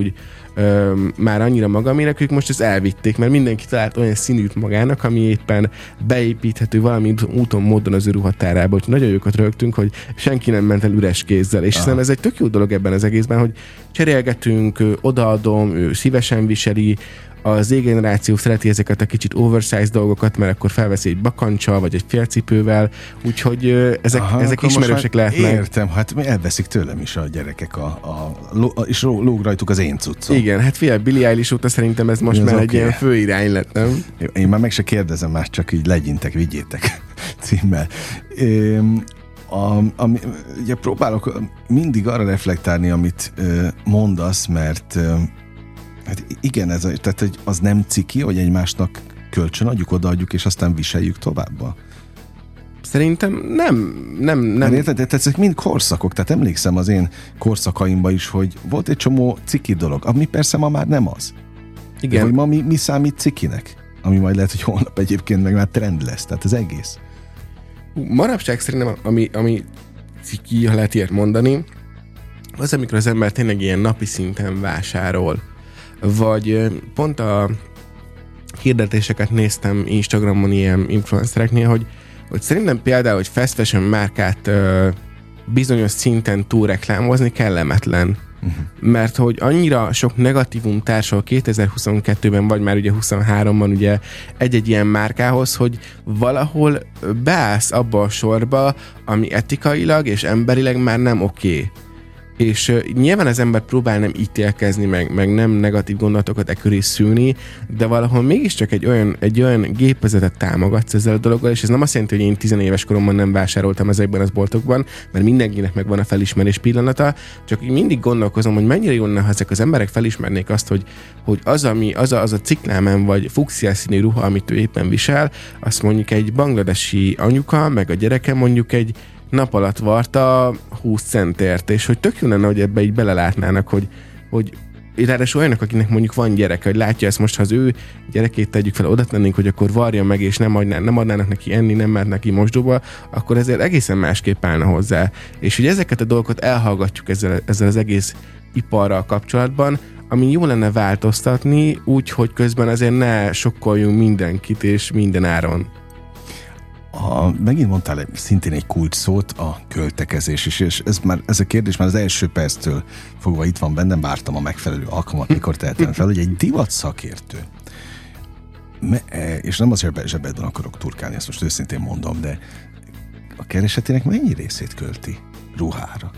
ö, már annyira magamének, ők most ezt elvitték, mert mindenki talált olyan színűt magának, ami éppen beépíthető valami úton, módon az ő ruhatárába. Úgyhogy nagyon jókat rögtünk, hogy senki nem ment el üres kézzel. És szerintem ez egy tök jó dolog ebben az egészben, hogy cserélgetünk, odaadom, ő szívesen viseli, a Z-generáció szereti ezeket a kicsit oversize dolgokat, mert akkor felveszi egy bakancsal, vagy egy félcipővel, úgyhogy ezek, Aha, ezek ismerősek lehetnek. Értem, hát elveszik tőlem is a gyerekek, a, a, a, és lóg rajtuk az én cuccom. Igen, hát figyelj, Billie Eilish óta szerintem ez most ez már okay. Egy ilyen főirány lett, nem? Én már meg se kérdezem, már csak így legyintek, vigyétek címmel. Üm, A, ami, ugye próbálok mindig arra reflektálni, amit ö, mondasz, mert ö, hát igen, ez a, tehát hogy az nem ciki, hogy egymásnak kölcsön adjuk, odaadjuk, és aztán viseljük tovább. Szerintem nem, nem, nem. Érted? Tehát ezek mind korszakok, tehát emlékszem az én korszakaimba is, hogy volt egy csomó ciki dolog, ami persze ma már nem az. Igen. De hogy ma mi, mi számít cikinek? Ami majd lehet, hogy holnap egyébként meg már trend lesz, tehát az egész. Manapság szerintem, ami, ami ciki, ha lehet ilyet mondani, az, amikor az ember tényleg ilyen napi szinten vásárol. Vagy pont a hirdetéseket néztem Instagramon ilyen influencereknél, hogy, hogy szerintem például, hogy fast fashion márkát ö, bizonyos szinten túl reklámozni kellemetlen. Uh-huh. Mert hogy annyira sok negatívum társal kétezer-huszonkettőben, vagy már ugye huszonháromban ugye egy-egy ilyen márkához, hogy valahol beállsz abba a sorba, ami etikailag és emberileg már nem oké. Okay. És uh, nyilván az ember próbál nem ítélkezni, meg, meg nem negatív gondolatokat e köré szülni, de valahol mégiscsak egy olyan, egy olyan gépezetet támogatsz ezzel a dologgal, és ez nem azt jelenti, hogy én tizenéves koromban nem vásároltam ezekben az boltokban, mert mindenkinek megvan a felismerés pillanata, csak így mindig gondolkozom, hogy mennyire jó lenne, ha ezek az emberek felismernék azt, hogy, hogy az, ami, az, a, az a ciklámen vagy fuchsia színű ruha, amit ő éppen visel, azt mondjuk egy bangladesi anyuka, meg a gyereke mondjuk egy nap alatt varta húsz centért, és hogy tök jó lenne, hogy ebbe így belelátnának, hogy, hogy ráadásul olyanok, akinek mondjuk van gyereke, hogy látja ezt most, ha az ő gyerekét tegyük fel, oda tennénk, hogy akkor varja meg, és nem, adná, nem adnának neki enni, nem mert neki mosdóba, akkor ezért egészen másképp állna hozzá. És hogy ezeket a dolgokat elhallgatjuk ezzel, ezzel az egész iparral kapcsolatban, ami jó lenne változtatni, úgy, hogy közben azért ne sokkoljunk mindenkit és minden áron. A, megint mondtál szintén egy kulcs szót, a költekezés is, és ez, már, ez a kérdés már az első perctől fogva itt van bennem, vártam a megfelelő alkalmat, mikor tehetem fel, hogy egy divat szakértő, me, és nem azért zsebedben akarok turkálni, ezt most őszintén mondom, de a keresetének mennyi részét költi ruhára?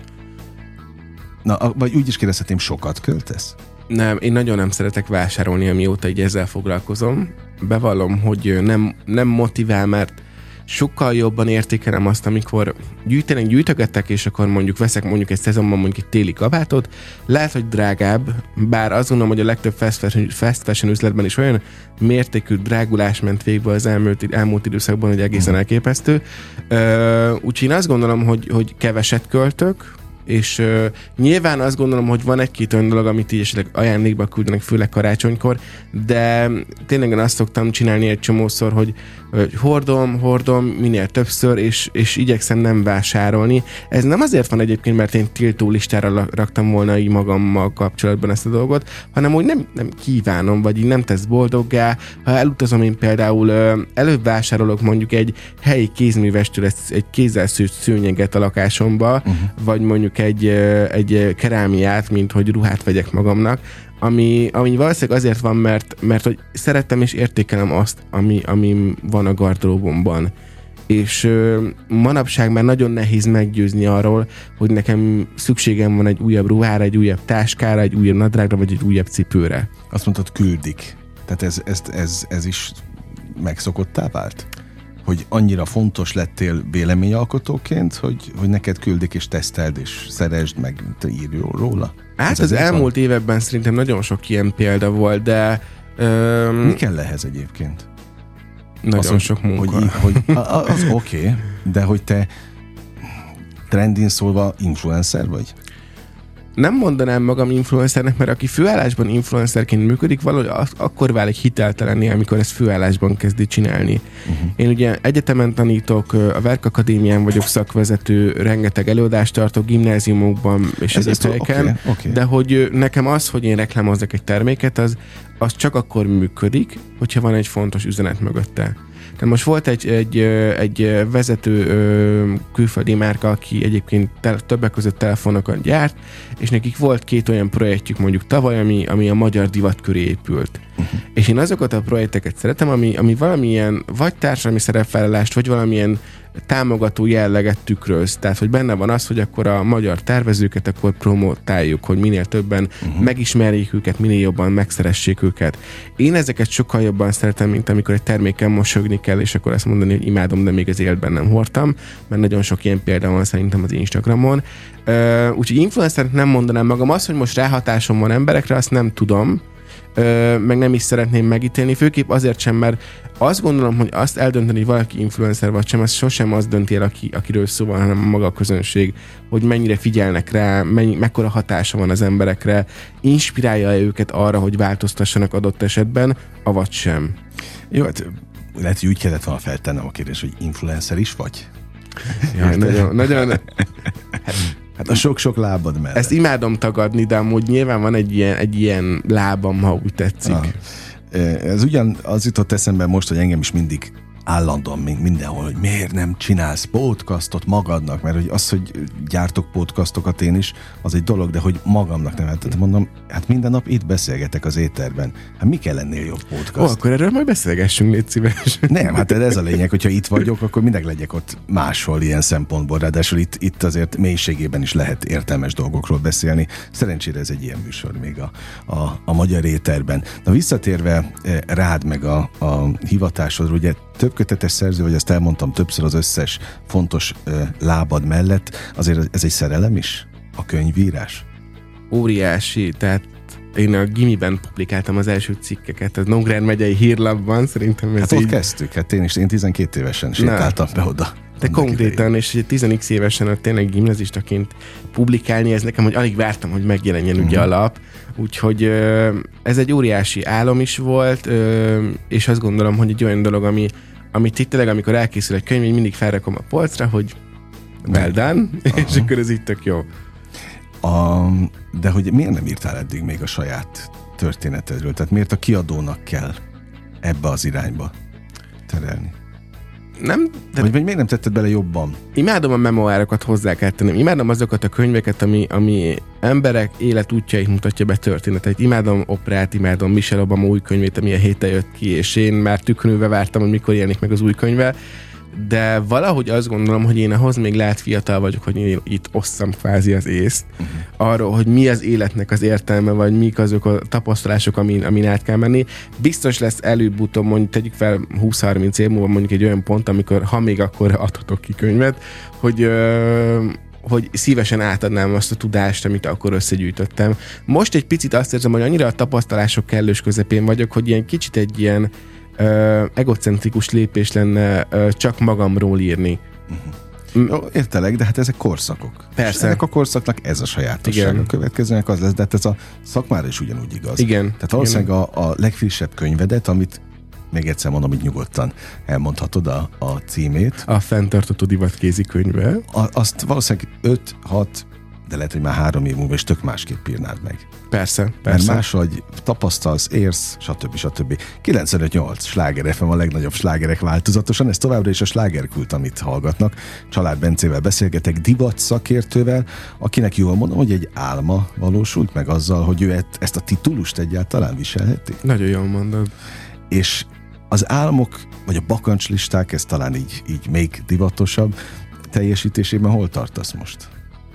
Na, vagy úgy is kérdezhetném, sokat költesz? Nem, én nagyon nem szeretek vásárolni, amióta így ezzel foglalkozom. Bevallom, hogy nem, nem motivál, mert sokkal jobban értékelem azt, amikor gyűjtenek, gyűjtögettek, és akkor mondjuk veszek mondjuk egy szezonban mondjuk egy téli kabátot, lehet, hogy drágább, bár azt gondolom, hogy a legtöbb fast fashion, fast fashion üzletben is olyan mértékű drágulás ment végbe az elmúlt, elmúlt időszakban, hogy egészen elképesztő. Úgyhogy én azt gondolom, hogy, hogy keveset költök, és uh, nyilván azt gondolom, hogy van egy-két olyan dolog, amit így esetleg ajándékba küldenek, főleg karácsonykor, de tényleg azt szoktam csinálni egy csomószor, hogy, hogy hordom, hordom minél többször, és, és igyekszem nem vásárolni. Ez nem azért van egyébként, mert én tiltó listára raktam volna így magammal kapcsolatban ezt a dolgot, hanem hogy nem, nem kívánom, vagy így nem tesz boldoggá. Ha elutazom, én például uh, előbb vásárolok mondjuk egy helyi kézművestől egy kézzel szőtt szőnyeget a lakásomba, uh-huh. vagy mondjuk egy, egy kerámiát, mint hogy ruhát vegyek magamnak, ami, ami valószínűleg azért van, mert, mert hogy szerettem és értékelem azt, ami, ami van a gardróbomban. És ö, manapság már nagyon nehéz meggyőzni arról, hogy nekem szükségem van egy újabb ruhára, egy újabb táskára, egy újabb nadrágra, vagy egy újabb cipőre. Azt mondtad, küldik. Tehát ez, ez, ez, ez is megszokottá vált? Hogy annyira fontos lettél véleményalkotóként, hogy, hogy neked küldik és teszteld és szeresd meg, te írj róla? Hát ez az elmúlt van? Években szerintem nagyon sok ilyen példa volt, de... Öm... Mi kell ehhez egyébként? Nagyon az, sok munka. Hogy, hogy, az oké, okay, de hogy te trendin szólva influencer vagy? nem mondanám magam influencernek, mert aki főállásban influencerként működik, valahogy ak- akkor válik hiteltelenné, amikor ezt főállásban kezdi csinálni. Uh-huh. Én ugye egyetemen tanítok, a Verk Akadémián vagyok szakvezető, rengeteg előadást tartok gimnáziumokban és egyéb helyeken, okay, okay. De hogy nekem az, hogy én reklámozzak egy terméket, az, az csak akkor működik, hogyha van egy fontos üzenet mögötte. De most volt egy, egy, egy vezető külföldi márka, aki egyébként te, többek között telefonokat gyárt, és nekik volt két olyan projektjük mondjuk tavaly, ami, ami a magyar divat köré épült. Uh-huh. És én azokat a projekteket szeretem, ami, ami valamilyen vagy társadalmi szerepvállalást, vagy valamilyen támogató jelleget tükröz. Tehát, hogy benne van az, hogy akkor a magyar tervezőket akkor promotáljuk, hogy minél többen uh-huh. megismerjék őket, minél jobban megszeressék őket. Én ezeket sokkal jobban szeretem, mint amikor egy terméken mosolyogni kell, és akkor azt mondani, hogy imádom, de még az életben nem hordtam, mert nagyon sok ilyen példa van szerintem az Instagramon. Uh, úgyhogy influencernek nem mondanám magam. Az, hogy most ráhatásom van emberekre, azt nem tudom, Ö, meg nem is szeretném megítélni, főképp azért sem, mert azt gondolom, hogy azt eldönteni, hogy valaki influencer vagy sem, ez sosem az dönti el, aki, akiről szó van, hanem maga a közönség, hogy mennyire figyelnek rá, mennyi, mekkora hatása van az emberekre, inspirálja őket arra, hogy változtassanak adott esetben, avagy sem. Jó, hát lehet, hogy úgy kellett volna feltennem a kérdés, hogy influencer is vagy? Jaj, nagyon, nagyon... Hát a sok-sok lábad mellett. Ezt imádom tagadni, de amúgy nyilván van egy ilyen, egy ilyen lábam, ha úgy tetszik. Ah. Ez ugyan az jutott eszembe most, hogy engem is mindig állandóan mindenhol, hogy miért nem csinálsz podcastot magadnak, mert hogy az, hogy gyártok podcastokat én is, az egy dolog, de hogy magamnak nem. Hát mondom, hát minden nap itt beszélgetek az éterben. Hát mi kell ennél jobb podcast? Ó, akkor erről majd beszélgessünk, légy szíves. Nem, hát ez a lényeg, hogyha itt vagyok, akkor mindig legyek ott máshol ilyen szempontból, ráadásul itt, itt azért mélységében is lehet értelmes dolgokról beszélni. Szerencsére ez egy ilyen műsor még a, a, a magyar éterben. Na visszatérve rád meg a, a hivatásodra, ugye több kötetes szerző, vagy ezt elmondtam többször az összes fontos ö, lábad mellett, azért ez egy szerelem is? A könyvírás? Óriási, tehát én a gimiben publikáltam az első cikkeket, a Nógrád megyei hírlapban, szerintem ez hát így... ott kezdtük, hát én is, én tizenkét évesen sétáltam be oda. De konkrétan, idején. És tíz évesen ott tényleg gimnazistaként publikálni, ez nekem, hogy alig vártam, hogy megjelenjen uh-huh. ugye a lap. Úgyhogy ez egy óriási álom is volt, és azt gondolom, hogy egy olyan dolog, ami, amit itt tényleg, amikor elkészül egy könyv, én mindig felrakom a polcra, hogy well done, uh-huh. és akkor ez itt tök jó. A, de hogy miért nem írtál eddig még a saját történetedről? Tehát miért a kiadónak kell ebbe az irányba terelni? Nem, de vagy, vagy miért nem tetted bele jobban? Imádom a memoárokat, hozzá kell tennem. Imádom azokat a könyveket, ami, ami emberek életútjait mutatja be, történeteit. Imádom operát, imádom Michelle Obama új könyvét, ami a héten jött ki, és én már tükörülve vártam, hogy mikor jelenik meg az új könyve. De valahogy azt gondolom, hogy én ahhoz még lehet fiatal vagyok, hogy én itt osszam kvázi az észt uh-huh. arról, hogy mi az életnek az értelme, vagy mik azok a tapasztalások, amin, amin át kell menni. Biztos lesz előbb-utóbb, mondjuk tegyük fel húsz-harminc év múlva mondjuk egy olyan pont, amikor, ha még akkor adhatok ki könyvet, hogy, ö, hogy szívesen átadnám azt a tudást, amit akkor összegyűjtöttem. Most egy picit azt érzem, hogy annyira a tapasztalások kellős közepén vagyok, hogy ilyen kicsit egy ilyen Uh, egocentrikus lépés lenne uh, csak magamról írni. Uh-huh. Jó, értelek, de hát ezek korszakok. Persze. És ennek a korszaknak ez a sajátosság. Igen. A következőnek az lesz, de hát ez a szakmára is ugyanúgy igaz. Igen. Tehát valószínűleg a, a legfrissebb könyvedet, amit még egyszer mondom, hogy nyugodtan elmondhatod a, a címét. A fenntartató divat kézikönyve. A, azt valószínűleg öt-hat, de lehet, hogy már három év múlva is tök másképp írnád meg. Persze, persze. Mert máshogy tapasztalsz, érsz, stb. stb. kilencvenöt nyolc Sláger ef em a legnagyobb slágerek változatosan, ez továbbra is a Slágerkult, amit hallgatnak. Család Bencével beszélgetek, divat szakértővel, akinek jól mondom, hogy egy álma valósult meg azzal, hogy ő ezt a titulust egyáltalán viselheti. Nagyon jól mondod. És az álmok, vagy a bakancslisták, ez talán így, így még divatosabb, teljesítésében hol tartasz most?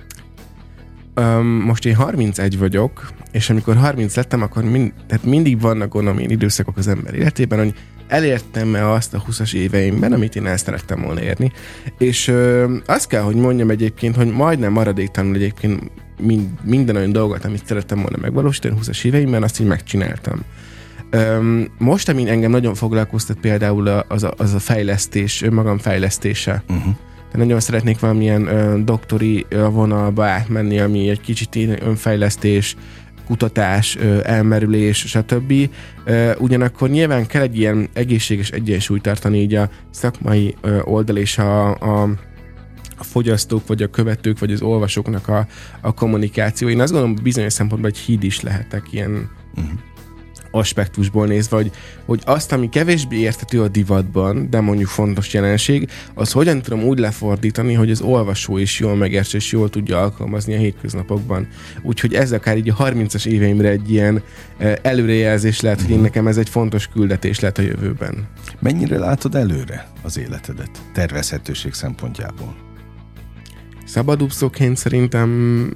Um, most én harmincegy vagyok, és amikor harminc lettem, akkor mind, tehát mindig vannak olyan időszakok az ember életében, hogy elértem-e azt a húszas éveimben, amit én el szerettem volna érni. És ö, azt kell, hogy mondjam egyébként, hogy majdnem maradéktalanul egyébként mind, minden olyan dolgot, amit szerettem volna megvalósítani húszas éveimben, azt így megcsináltam. Ö, most, ami engem nagyon foglalkoztat például az a, az a fejlesztés, önmagam fejlesztése. Uh-huh. de nagyon szeretnék valamilyen ö, doktori ö, vonalba átmenni, ami egy kicsit önfejlesztés, kutatás, ö, elmerülés, stb. Ö, ugyanakkor nyilván kell egy ilyen egészséges egyensúlyt tartani így a szakmai ö, oldal és a, a, a fogyasztók, vagy a követők, vagy az olvasóknak a, a kommunikáció. Én azt gondolom, bizonyos szempontból egy híd is lehetek ilyen uh-huh. aspektusból nézve, hogy, hogy azt, ami kevésbé érthető a divatban, de mondjuk fontos jelenség, az hogyan tudom úgy lefordítani, hogy az olvasó is jól megértse és jól tudja alkalmazni a hétköznapokban. Úgyhogy ez akár így a harmincas éveimre egy ilyen előrejelzés lehet, hogy én nekem ez egy fontos küldetés lehet a jövőben. Mennyire látod előre az életedet tervezhetőség szempontjából? Szabadúszóként szerintem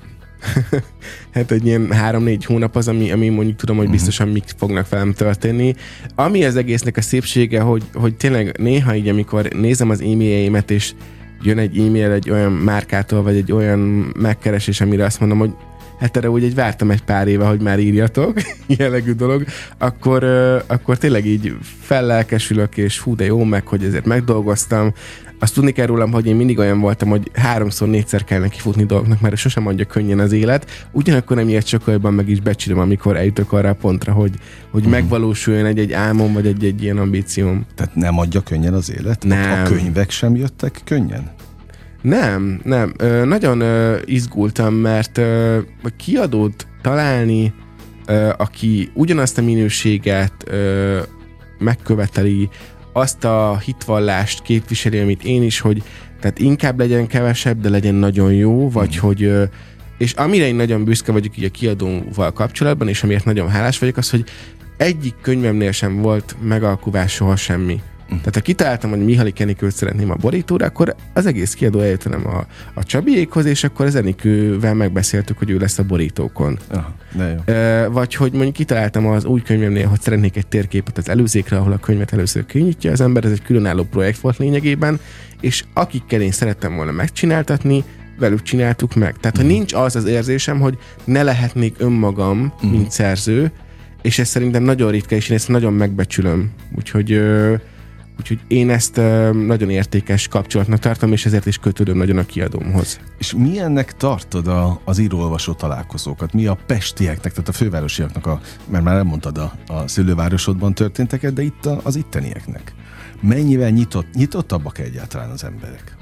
hát egy ilyen három-négy hónap az, ami, ami mondjuk tudom, hogy biztosan mik fognak velem történni. Ami az egésznek a szépsége, hogy, hogy tényleg néha így, amikor nézem az e-mailjeimet, és jön egy e-mail egy olyan márkától, vagy egy olyan megkeresés, amire azt mondom, hogy hát erre úgy egy vártam egy pár éve, hogy már írjatok, jellegű dolog, akkor, akkor tényleg így fellelkesülök, és hú, de jó meg, hogy ezért megdolgoztam. Azt tudni kell rólam, hogy én mindig olyan voltam, hogy háromszor, négyszer kell neki futni dolgoknak, mert sosem adja könnyen az élet. Ugyanakkor emiatt sokkal jobban meg is becsülöm, amikor eljutok arra a pontra, hogy, hogy mm. megvalósuljon egy-egy álmom, vagy egy-egy ilyen ambícióm. Tehát nem adja könnyen az élet? Nem. A könyvek sem jöttek könnyen? Nem, nem. Ö, nagyon ö, izgultam, mert ö, a kiadót találni, ö, aki ugyanazt a minőséget ö, megköveteli, azt a hitvallást képviseli, amit én is, hogy tehát inkább legyen kevesebb, de legyen nagyon jó, vagy mm. hogy ö, és amire én nagyon büszke vagyok így a kiadóval kapcsolatban, és amiért nagyon hálás vagyok, az, hogy egyik könyvemnél sem volt megalkuvás soha semmi. Tehát ha kitaláltam, hogy Mihály Enikőt szeretném a borítóra, akkor az egész kiadó eljött a, a Csabiékhoz, és akkor az Enikővel megbeszéltük, hogy ő lesz a borítókon. Aha, de jó. E, vagy hogy mondjuk kitaláltam az új könyvemnél, hogy szeretnék egy térképet az előzékre, ahol a könyvet először kinyitja az ember, ez egy különálló projekt volt lényegében, és akikkel én szerettem volna megcsináltatni, velük csináltuk meg. Tehát, hogy nincs az az érzésem, hogy ne lehetnék önmagam, mint uh-huh. szerző, és ez szerintem nagyon ritka, és én ezt nagyon megbecsülöm. Úgyhogy Úgyhogy én ezt uh, nagyon értékes kapcsolatnak tartom, és ezért is kötődöm nagyon a kiadómhoz. És milyennek tartod a, az író-olvasó találkozókat? Mi a pestieknek, tehát a fővárosiaknak, a, mert már elmondtad a, a szülővárosodban történteket, de itt a, az ittenieknek. Mennyivel nyitott, nyitottabbak egyáltalán az emberek?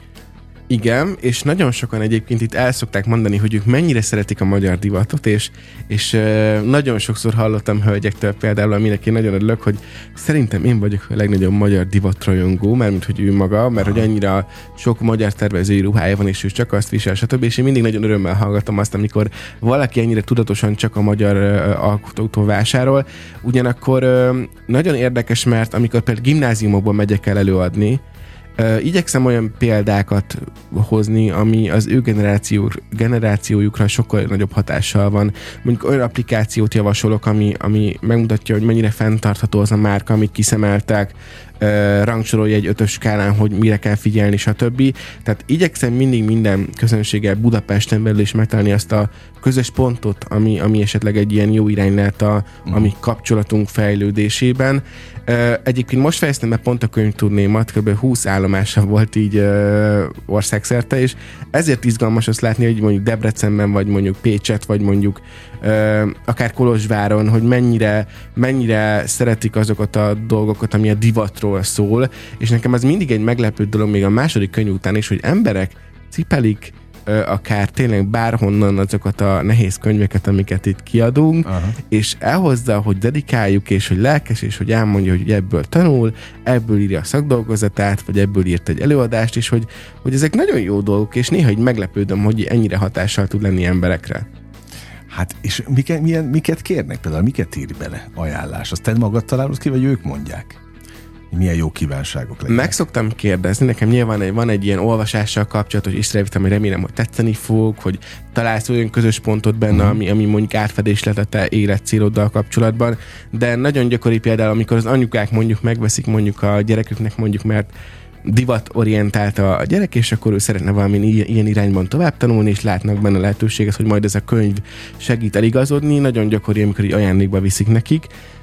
Igen, és nagyon sokan egyébként itt el szokták mondani, hogy ők mennyire szeretik a magyar divatot, és, és uh, nagyon sokszor hallottam hölgyektől például, aminek én nagyon örülök, hogy szerintem én vagyok a legnagyobb magyar divatrajongó, mármint hogy ő maga, mert Aha. hogy annyira sok magyar tervezői ruhája van, és ő csak azt visel, stb. És én mindig nagyon örömmel hallgatom azt, amikor valaki ennyire tudatosan csak a magyar uh, alkotóktól vásárol. Ugyanakkor uh, nagyon érdekes, mert amikor például gimnáziumokban megyek el előadni, Uh, igyekszem olyan példákat hozni, ami az ő generációjuk, generációjukra sokkal nagyobb hatással van. Mondjuk olyan applikációt javasolok, ami, ami megmutatja, hogy mennyire fenntartható az a márka, amit kiszemeltek, uh, rangsorolja egy ötös skálán, hogy mire kell figyelni, stb. Tehát igyekszem mindig minden közönséggel Budapesten belül is megtalálni azt a közös pontot, ami, ami esetleg egy ilyen jó irány lehet a, uh-huh. a mi kapcsolatunk fejlődésében. Uh, egyébként most fejeztem be pont a könyvturnémat, kb. húsz állomása volt így uh, országszerte, és ezért izgalmas azt látni, hogy mondjuk Debrecenben, vagy mondjuk Pécset, vagy mondjuk uh, akár Kolozsváron, hogy mennyire, mennyire szeretik azokat a dolgokat, ami a divatról szól, és nekem ez mindig egy meglepő dolog még a második könyv után is, hogy emberek cipelik akár tényleg bárhonnan azokat a nehéz könyveket, amiket itt kiadunk, Aha. és elhozza, hogy dedikáljuk, és hogy lelkes, és hogy elmondja, hogy ebből tanul, ebből írja a szakdolgozatát, vagy ebből írt egy előadást, és hogy, hogy ezek nagyon jó dolgok, és néha így meglepődöm, hogy ennyire hatással tud lenni emberekre. Hát, és miket, milyen, miket kérnek például? Miket ír bele ajánlás? Azt te magad találod ki, vagy ők mondják? Milyen jó kívánságok legyenek? Meg szoktam kérdezni, nekem nyilván egy, van egy ilyen olvasással kapcsolatos észrevételem, hogy remélem, hogy tetszeni fog, hogy találsz olyan közös pontot benne, uh-huh. ami, ami mondjuk átfedés lehet a te életcéloddal kapcsolatban, de nagyon gyakori például, amikor az anyukák mondjuk megveszik mondjuk a gyereküknek mondjuk, mert divatorientált a gyerek, és akkor ő szeretne valami ilyen irányban tovább tanulni, és látnak benne lehetőséget, hogy majd ez a könyv segít eligazodni. Nagyon gyakori, amikor így ajándékba viszik nekik.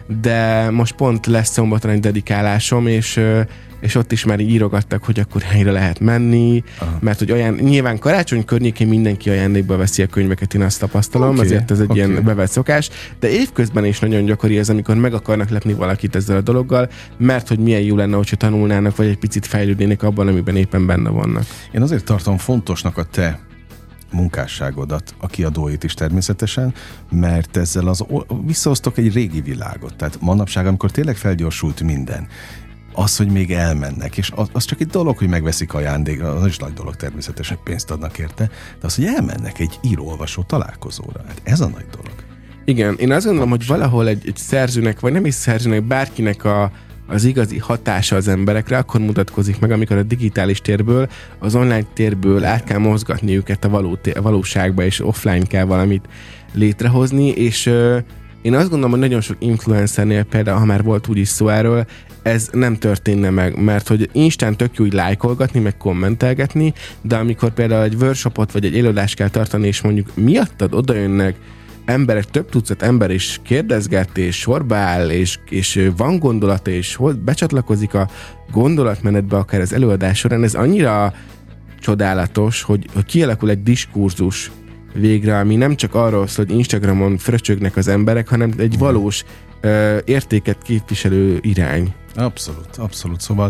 de most pont lesz szombaton egy dedikálásom, és és ott is már írogattak, hogy akkor helyre lehet menni, aha. mert hogy olyan, nyilván karácsony környékén mindenki ajándékba veszi a könyveket, én azt tapasztalom, okay, azért ez egy okay. ilyen bevett szokás, de évközben is nagyon gyakori ez, amikor meg akarnak lepni valakit ezzel a dologgal, mert hogy milyen jó lenne, hogyha tanulnának, vagy egy picit fejlődnének abban, amiben éppen benne vannak. Én azért tartom fontosnak a te munkásságodat, a kiadóit is természetesen, mert ezzel az visszahoztok egy régi világot. Tehát manapság, amikor tényleg felgyorsult minden, az, hogy még elmennek, és az, az csak egy dolog, hogy megveszik ajándékra, az is nagy dolog természetesen, pénzt adnak érte, de az, hogy elmennek egy író-olvasó találkozóra, hát ez a nagy dolog. Igen, én azt gondolom, hogy valahol egy, egy szerzőnek, vagy nem is szerzőnek, bárkinek a, az igazi hatása az emberekre akkor mutatkozik meg, amikor a digitális térből, az online térből át kell mozgatni őket a, való, a valóságba, és offline kell valamit létrehozni, és euh, én azt gondolom, hogy nagyon sok influencernél például, ha már volt úgyis szó erről, ez nem történne meg, mert hogy instant tök jó így lájkolgatni, meg kommentelgetni, de amikor például egy workshopot vagy egy előadást kell tartani, és mondjuk miattad odajönnek emberek, több tucat ember is kérdezget, és sorba áll, és, és van gondolata, és becsatlakozik a gondolatmenetbe akár az előadás során, ez annyira csodálatos, hogy, hogy kialakul egy diskurzus végre, ami nem csak arról szól, hogy Instagramon fröcsögnek az emberek, hanem egy valós ö, értéket képviselő irány. Abszolút, abszolút. Szóval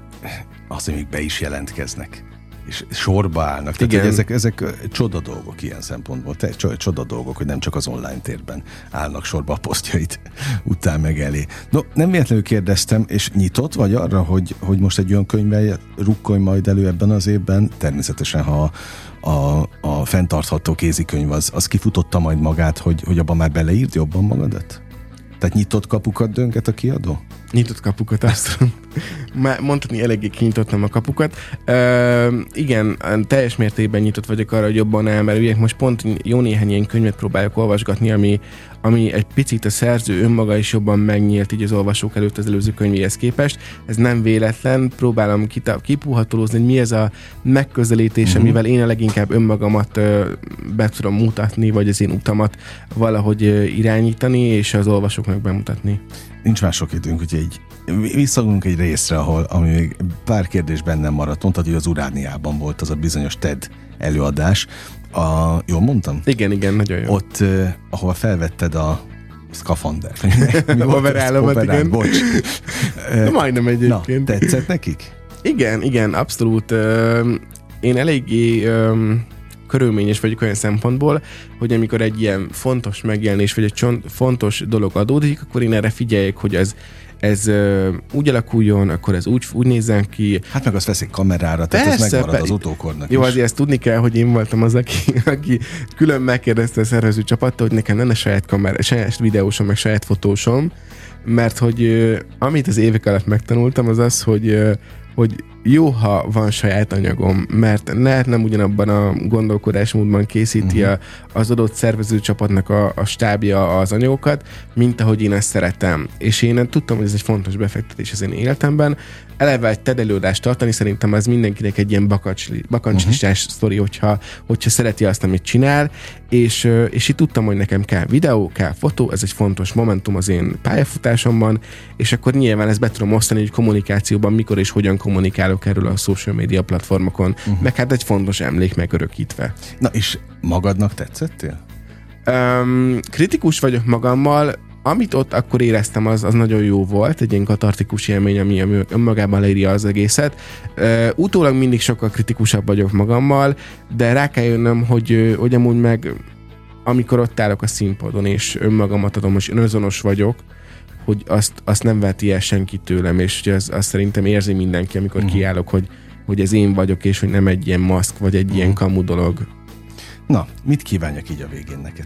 azt, hogy még be is jelentkeznek, és sorba állnak. Tehát, hogy ezek, ezek csoda dolgok ilyen szempontból. Te, csoda dolgok, hogy nem csak az online térben állnak sorba a posztjait után meg elé. No, nem véletlenül kérdeztem, és nyitott vagy arra, hogy, hogy most egy olyan könyvvel rukkolj majd elő ebben az évben? Természetesen, ha a, a fenntartható kézikönyv az, az kifutotta majd magát, hogy, hogy abban már beleírd jobban magadat? Tehát nyitott kapukat dönget a kiadó? Nyitott kapukat, azt már mondhatni eléggé kinyitottam a kapukat. Uh, igen, teljes mértékben nyitott vagyok arra, hogy jobban elmerüljek. Most pont jó néhány ilyen könyvet próbálok olvasgatni, ami, ami egy picit a szerző önmaga is jobban megnyílt így az olvasók előtt az előző könyvéhez képest. Ez nem véletlen, próbálom kipuhatolózni, hogy mi ez a megközelítés, uh-huh. amivel én a leginkább önmagamat uh, be tudom mutatni, vagy az én utamat valahogy uh, irányítani, és az olvasóknak bemutatni. Nincs már sok időnk, úgyhogy egy, visszagunk egy részre, ahol ami még pár kérdés bennem maradt. Mondtad, hogy az Urániában volt az a bizonyos TED előadás. A, jól mondtam? Igen, igen, nagyon jó. Ott, uh, ahol felvetted a szkafandert. Overállomat, igen. Bocs. De majdnem egyébként. Na, tetszett nekik? Igen, igen, abszolút. Uh, én eléggé... Um, körülményes vagyok olyan szempontból, hogy amikor egy ilyen fontos megjelenés, vagy egy csont, fontos dolog adódik, akkor én erre figyeljek, hogy ez, ez uh, úgy alakuljon, akkor ez úgy, úgy nézzen ki. Hát meg azt veszik kamerára, tehát persze, ez megmarad az utókornak jó, is. azért ezt tudni kell, hogy én voltam az, aki, aki külön megkérdezte a szervező csapattól, hogy nekem lenne saját kamera, saját videósom, meg saját fotósom, mert hogy uh, amit az évek alatt megtanultam, az az, hogy uh, hogy jó, ha van saját anyagom, mert lehet nem ugyanabban a gondolkodásmódban készíti uh-huh. a, az adott szervezőcsapatnak a, a stábja az anyagokat, mint ahogy én ezt szeretem. És én tudtam, hogy ez egy fontos befektetés az én életemben. Eleve egy TED előadást tartani, szerintem ez mindenkinek egy ilyen bakancslistás uh-huh. sztori, hogyha, hogyha szereti azt, amit csinál, és, és itt tudtam, hogy nekem kell videó, kell fotó, ez egy fontos momentum az én pályafutásomban, és akkor nyilván ezt be tudom osztani, hogy kommunikációban mikor és hogyan kommunikálok erről a social media platformokon, uh-huh. meg hát egy fontos emlék megörökítve. Na és magadnak tetszettél? Um, kritikus vagyok magammal, amit ott akkor éreztem, az, az nagyon jó volt, egy ilyen katartikus élmény, ami, ami önmagában leírja az egészet. Uh, utólag mindig sokkal kritikusabb vagyok magammal, de rá kell jönnöm, hogy, hogy amúgy meg amikor ott állok a színpadon, és önmagamat adom, és önazonos vagyok, hogy azt, azt nem veheti el senki tőlem, és az, azt szerintem érzi mindenki, amikor uh-huh. kiállok, hogy, hogy ez én vagyok, és hogy nem egy ilyen maszk, vagy egy uh-huh. ilyen kamu dolog. Na, mit kívánjak így a végén neked?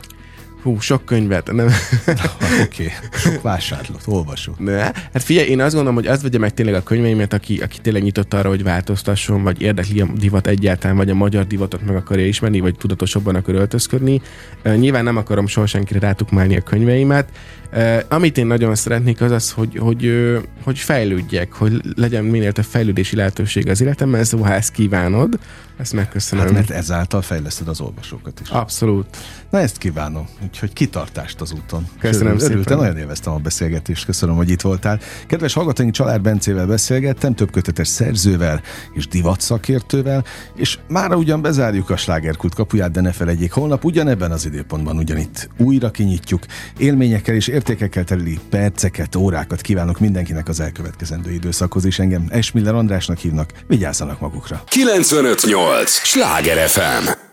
Hú, sok könyvet. Nem. Oké, okay. Sok vásárlót, olvasót. Ne? Hát figyelj, én azt gondolom, hogy az vegye meg tényleg a könyveimet, aki, aki tényleg nyitott arra, hogy változtasson, vagy érdekli a divat egyáltalán, vagy a magyar divatot meg akarja ismerni, vagy tudatosabban akar öltözködni. Uh, nyilván nem akarom soha senkire rátukmálni a könyveimet. Uh, amit én nagyon szeretnék, az az, hogy, hogy, uh, hogy fejlődjek, hogy legyen minél több fejlődési lehetőség az életemben, szóval ha ezt kívánod, Ezt megköszönöm. Hát mert ezáltal fejleszted az olvasókat is. Abszolút. Na ezt kívánom, úgyhogy kitartást az úton. Köszönöm szépen. Örültem, nagyon élveztem a beszélgetést, köszönöm, hogy itt voltál. Kedves hallgatóink, Csalár Bencével beszélgettem, több kötetes szerzővel és divatszakértővel, és mára ugyan bezárjuk a Slágerkult kapuját, de ne felejtjék, holnap ugyanebben az időpontban ugyanitt újra kinyitjuk. Élményekkel és értékekkel teli perceket, órákat kívánok mindenkinek az elkövetkezendő időszakhoz, és engem Esmiller Andrásnak hívnak, vigyázzanak magukra. kilencvenöt nyolc Sláger ef em